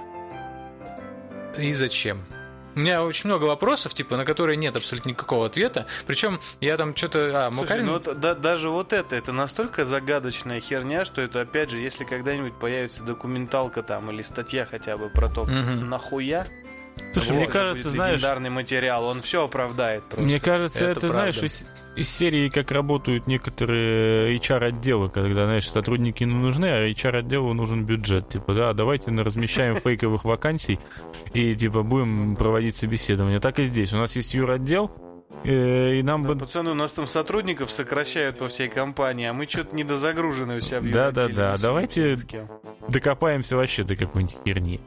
И зачем? У меня очень много вопросов, типа, на которые нет абсолютно никакого ответа. Причем я там что-то... А, Слушай, Макарин... ну вот, да, даже вот это, это настолько загадочная херня, что это, опять же, если когда-нибудь появится документалка там или статья хотя бы про то, угу. нахуя... Слушай, вот, мне кажется, знаешь... легендарный материал, он все оправдает просто. Мне кажется, это, это знаешь, из, из серии, как работают некоторые эйч ар-отделы, когда, знаешь, сотрудники не нужны, а эйч ар-отделу нужен бюджет. Типа, да, давайте размещаем фейковых вакансий и, типа, будем проводить собеседование. Так и здесь. У нас есть юр-отдел, и нам да, бы... Пацаны, у нас там сотрудников сокращают по всей компании, а мы что-то недозагружены у себя в юр-отделе. Да-да-да, давайте докопаемся вообще до какой-нибудь херни.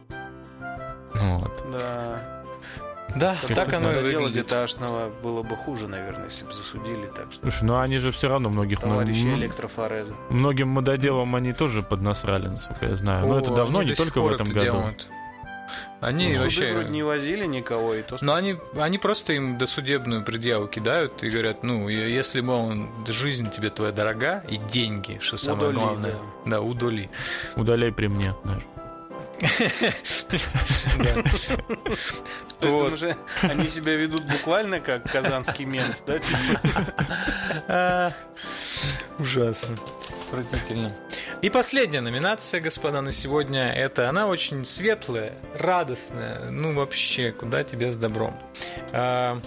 Вот. Да. Да, как так оно и выглядит. Дело джи ти эй-шного было бы хуже, наверное, если бы засудили. Так что... Слушай, ну они же все равно многих... Товарищи м- электрофореза. Многим мододелам они тоже поднасрали, насколько я знаю. О, но это давно, не только в этом году. Делают. Они ну, вообще... вроде не возили никого. И то, но они, они просто им досудебную предъяву кидают и говорят, ну, если, мол, жизнь тебе твоя дорога, и деньги, что самое удали, главное. Да, да удали. Удаляй при мне, даже. То есть там уже они себя ведут буквально как казанский мент, да? Ужасно. Отвратительно. И последняя номинация, господа, на сегодня. Это она очень светлая, радостная. Ну, вообще, куда тебе с добром. Как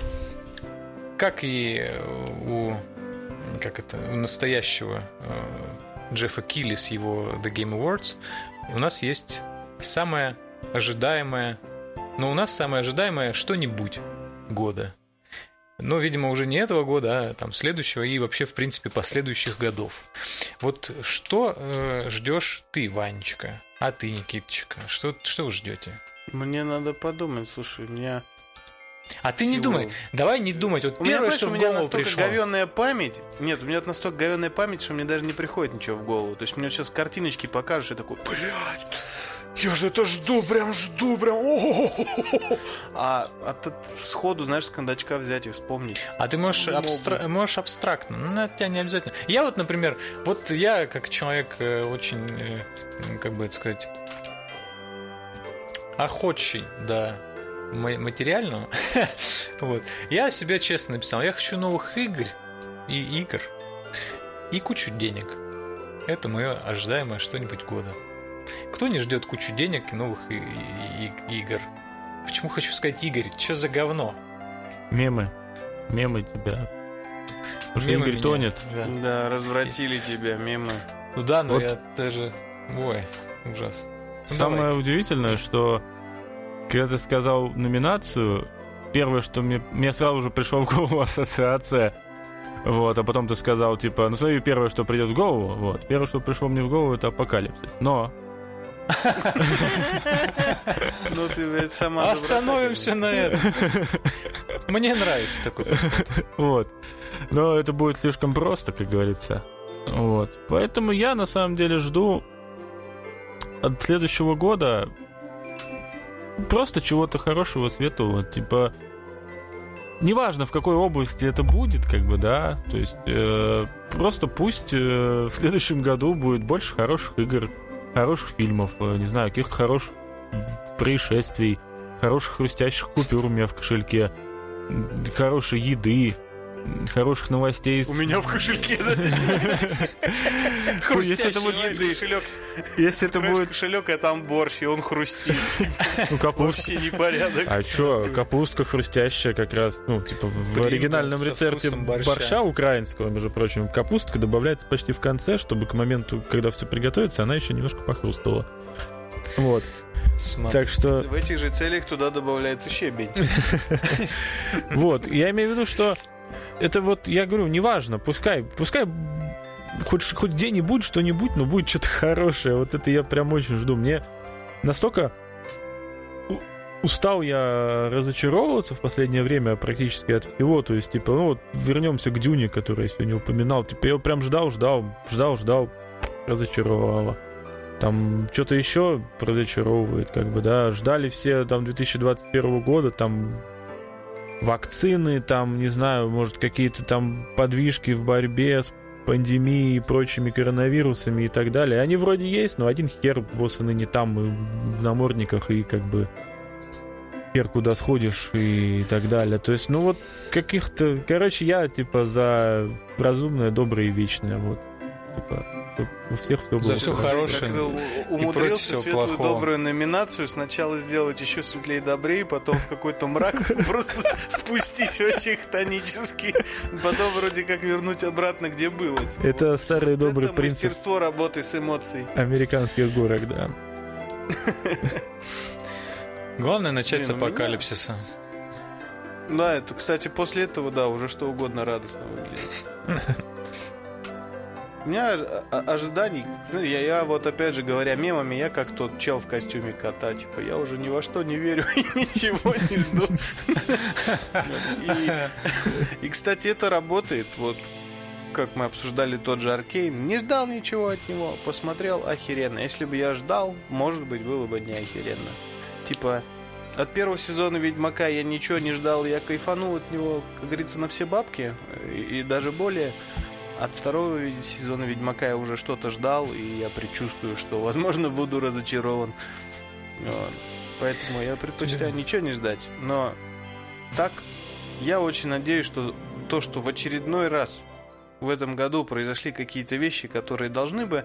и у как это, у настоящего Джеффа Килли с его The Game Awards, у нас есть самое ожидаемое, но у нас самое ожидаемое что-нибудь года. Но, видимо, уже не этого года, а там следующего и вообще, в принципе, последующих годов. Вот что э, ждешь ты, Ванечка? А ты, Никиточка? Что, что вы ждете? Мне надо подумать. Слушай, у меня... А ты не думай, давай не думать. Вот у первое, меня, что у в меня голову настолько пришло. говенная память. Нет, у меня настолько говенная память, что мне даже не приходит ничего в голову. То есть мне сейчас картиночки покажешь, и такой, блядь, я же это жду, прям жду, прям. А, а ты сходу, знаешь, с кондачка взять и вспомнить. А ты можешь, абстра... можешь абстрактно, ну, на тебя не обязательно. Я вот, например, вот я как человек э, очень, э, как бы это сказать, охотчий, да, материального. Вот. Я себе честно написал, я хочу новых игр и игр и кучу денег. Это мое ожидаемое что-нибудь года. Кто не ждет кучу денег и новых и- и- и- игр? Почему хочу сказать Игорь? Что за говно? Мемы. Мемы тебя. Потому что Мемы Игорь меня, тонет. Да. Да, развратили тебя мемы. Ну да, но Вот. я даже... Ой, ужас. Ну, Самое давайте. удивительное, что когда ты сказал номинацию, первое, что мне, мне сразу же пришло в голову ассоциация. Вот, а потом ты сказал, типа, назови первое, что придет в голову. Вот. Первое, что пришло мне в голову, это апокалипсис. Но. Ну, ты, блядь, сама Остановимся на этом. Мне нравится такой. Вот. Но это будет слишком просто, как говорится. Вот. Поэтому я на самом деле жду от следующего года просто чего-то хорошего, светлого. Типа, неважно, в какой области это будет, как бы, да. То есть, э, просто пусть э, в следующем году будет больше хороших игр, хороших фильмов, э, не знаю, каких-то хороших происшествий, хороших хрустящих купюр у меня в кошельке, хорошей еды, хороших новостей. У меня в кошельке, да? Если это будет кошелек. Если это будет... кошелек, а там борщ, и он хрустит. Ну, капустка. Вообще непорядок. А чё, капустка хрустящая как раз, ну, типа в Блин, оригинальном да, со рецепте вкусом борща. борща украинского, между прочим, капустка добавляется почти в конце, чтобы к моменту, когда все приготовится, она еще немножко похрустала. Вот. Так что... В этих же целях туда добавляется щебень. Вот, я имею в виду, что это вот, я говорю, неважно, пускай, пускай хоть, хоть где-нибудь что-нибудь, но будет что-то хорошее. Вот это я прям очень жду. Мне настолько у- устал я разочаровываться в последнее время практически от всего. То есть, типа, ну вот вернемся к Дюне, который я сегодня упоминал. Типа, я его прям ждал, ждал, ждал, ждал, разочаровало. Там что-то еще разочаровывает, как бы, да. Ждали все там две тысячи двадцать первого года, там вакцины, там, не знаю, может, какие-то там подвижки в борьбе с пандемией и прочими коронавирусами и так далее. Они вроде есть, но один хер вот и не там, и в намордниках, и как бы хер куда сходишь и так далее. То есть, ну вот каких-то... Короче, я, типа, за разумное, доброе и вечное, вот. Типа, у всех все было. За все хорошее. Как-то у- умудрился светлую добрую номинацию сначала сделать еще светлее и добрее, потом в какой-то мрак просто спустить вообще хтонически, потом вроде как вернуть обратно, где было. Это старый добрый Это принцип мастерство работы с эмоцией. американских горок, да. Главное начать с Блин, у меня- апокалипсиса. Да, это, кстати, после этого, да, уже что угодно радостно выглядит. У меня ож- о- ожиданий, ну, я, я вот опять же говоря мемами, я как тот чел в костюме кота, типа, я уже ни во что не верю и ничего не жду. И, и, кстати, это работает, вот, как мы обсуждали тот же Аркейн, не ждал ничего от него, посмотрел, охеренно. Если бы я ждал, может быть, было бы не охеренно. Типа, от первого сезона Ведьмака я ничего не ждал, я кайфанул от него, как говорится, на все бабки, и, и даже более. От второго сезона Ведьмака я уже что-то ждал, и я предчувствую, что, возможно, буду разочарован. Вот. Поэтому я предпочитаю ничего не ждать. Но так, я очень надеюсь, что то, что в очередной раз в этом году произошли какие-то вещи, которые должны бы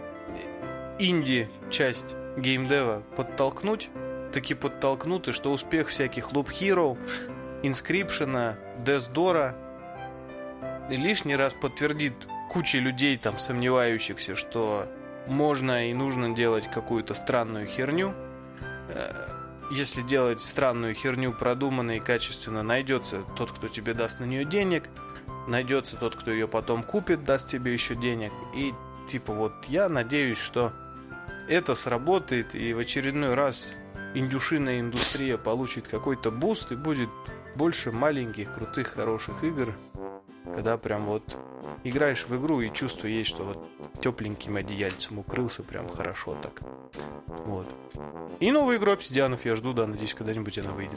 инди-часть геймдева подтолкнуть, таки подтолкнут, и что успех всяких Loop Hero, Inscription, Death Door лишний раз подтвердит куче людей, там, сомневающихся, что можно и нужно делать какую-то странную херню. Если делать странную херню продуманно и качественно, найдется тот, кто тебе даст на нее денег, найдется тот, кто ее потом купит, даст тебе еще денег. И типа вот я надеюсь, что это сработает, и в очередной раз индюшиная индустрия получит какой-то буст и будет больше маленьких, крутых, хороших игр, когда прям вот играешь в игру и чувство есть, что вот тепленьким одеяльцем укрылся прям хорошо так. Вот. И новую игру обсидианов я жду, да, надеюсь, когда-нибудь она выйдет.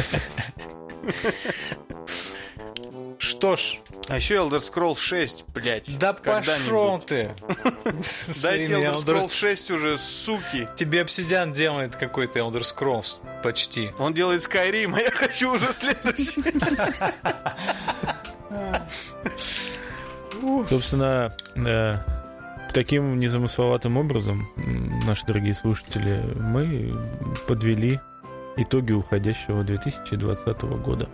Что ж. А еще Elder Scrolls шесть, блядь. Да пошел ты. Дайте Elder Scrolls шесть уже, суки. Тебе Obsidian делает какой-то Elder Scrolls почти. Он делает Skyrim, а я хочу уже следующий. Собственно, э, таким незамысловатым образом, наши дорогие слушатели, мы подвели итоги уходящего две тысячи двадцатого года.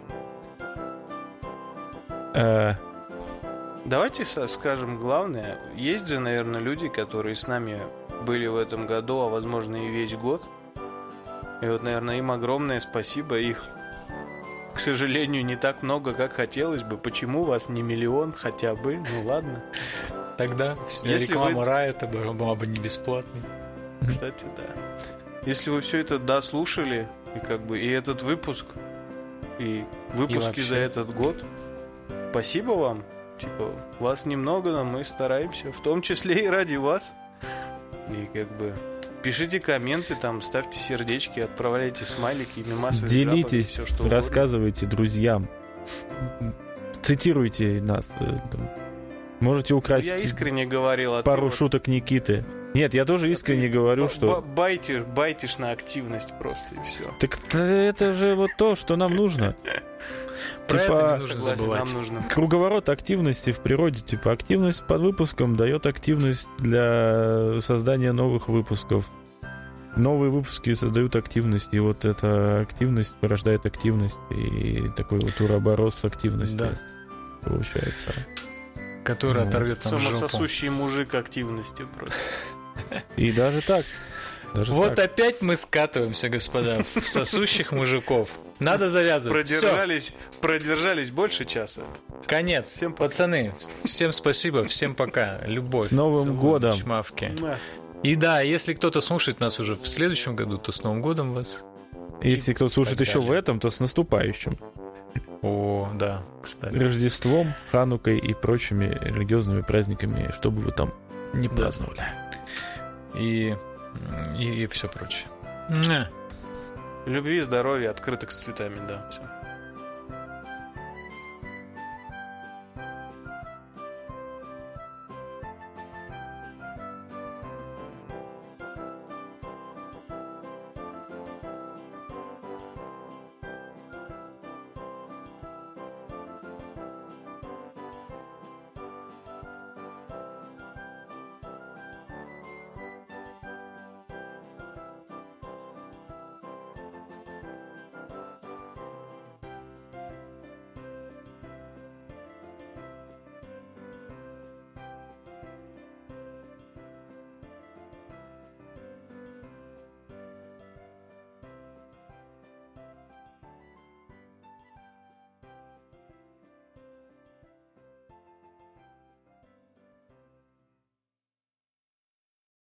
Э, Давайте скажем главное. Есть же, наверное, люди, которые с нами были в этом году, а возможно и весь год. И вот, наверное, им огромное спасибо. Их, к сожалению, не так много, как хотелось бы. Почему вас не миллион хотя бы? Ну ладно. Тогда Если реклама вы... Райота была бы не бесплатной. Кстати, да. Если вы все это дослушали, и как бы и этот выпуск, и выпуски и за этот год, спасибо вам. Типа, вас немного, но мы стараемся, в том числе и ради вас. И как бы пишите комменты, там, ставьте сердечки, отправляйте смайлики, мемасы. Делитесь, жабами, все, что рассказывайте угодно. Друзьям. Цитируйте нас. Можете украсть я искренне говорил, а пару ты шуток вот... Никиты. Нет, я тоже искренне а говорю, б- что... б- байтишь, байтишь на активность просто, и все. Так это же вот то, что нам нужно. Про типа, это не нужно Согласен, забывать. нам нужно. Круговорот активности в природе. Типа, активность под выпуском дает активность для создания новых выпусков. Новые выпуски создают активность, и вот эта активность порождает активность. И такой вот уроборос с активностью Да. получается. Который Ну, оторвет нам жопу. Самососущий мужик активности просто. И даже так. Даже Вот так. опять мы скатываемся, господа, в сосущих мужиков. Надо завязывать. Продержались, продержались больше часа. Всё. Конец. Всем пока. Пацаны, всем спасибо, всем пока. Любовь. С Новым целую, годом. Чмавки. Муа. И да, если кто-то слушает нас уже в следующем году, то с Новым годом вас. Если кто слушает так еще в далее. этом, то с наступающим. О, да, кстати. Рождеством, Ханукой и прочими религиозными праздниками, чтобы вы там не Да. праздновали. И, и, и все прочее. Муа. Любви, здоровья, открыток с цветами, да. Все.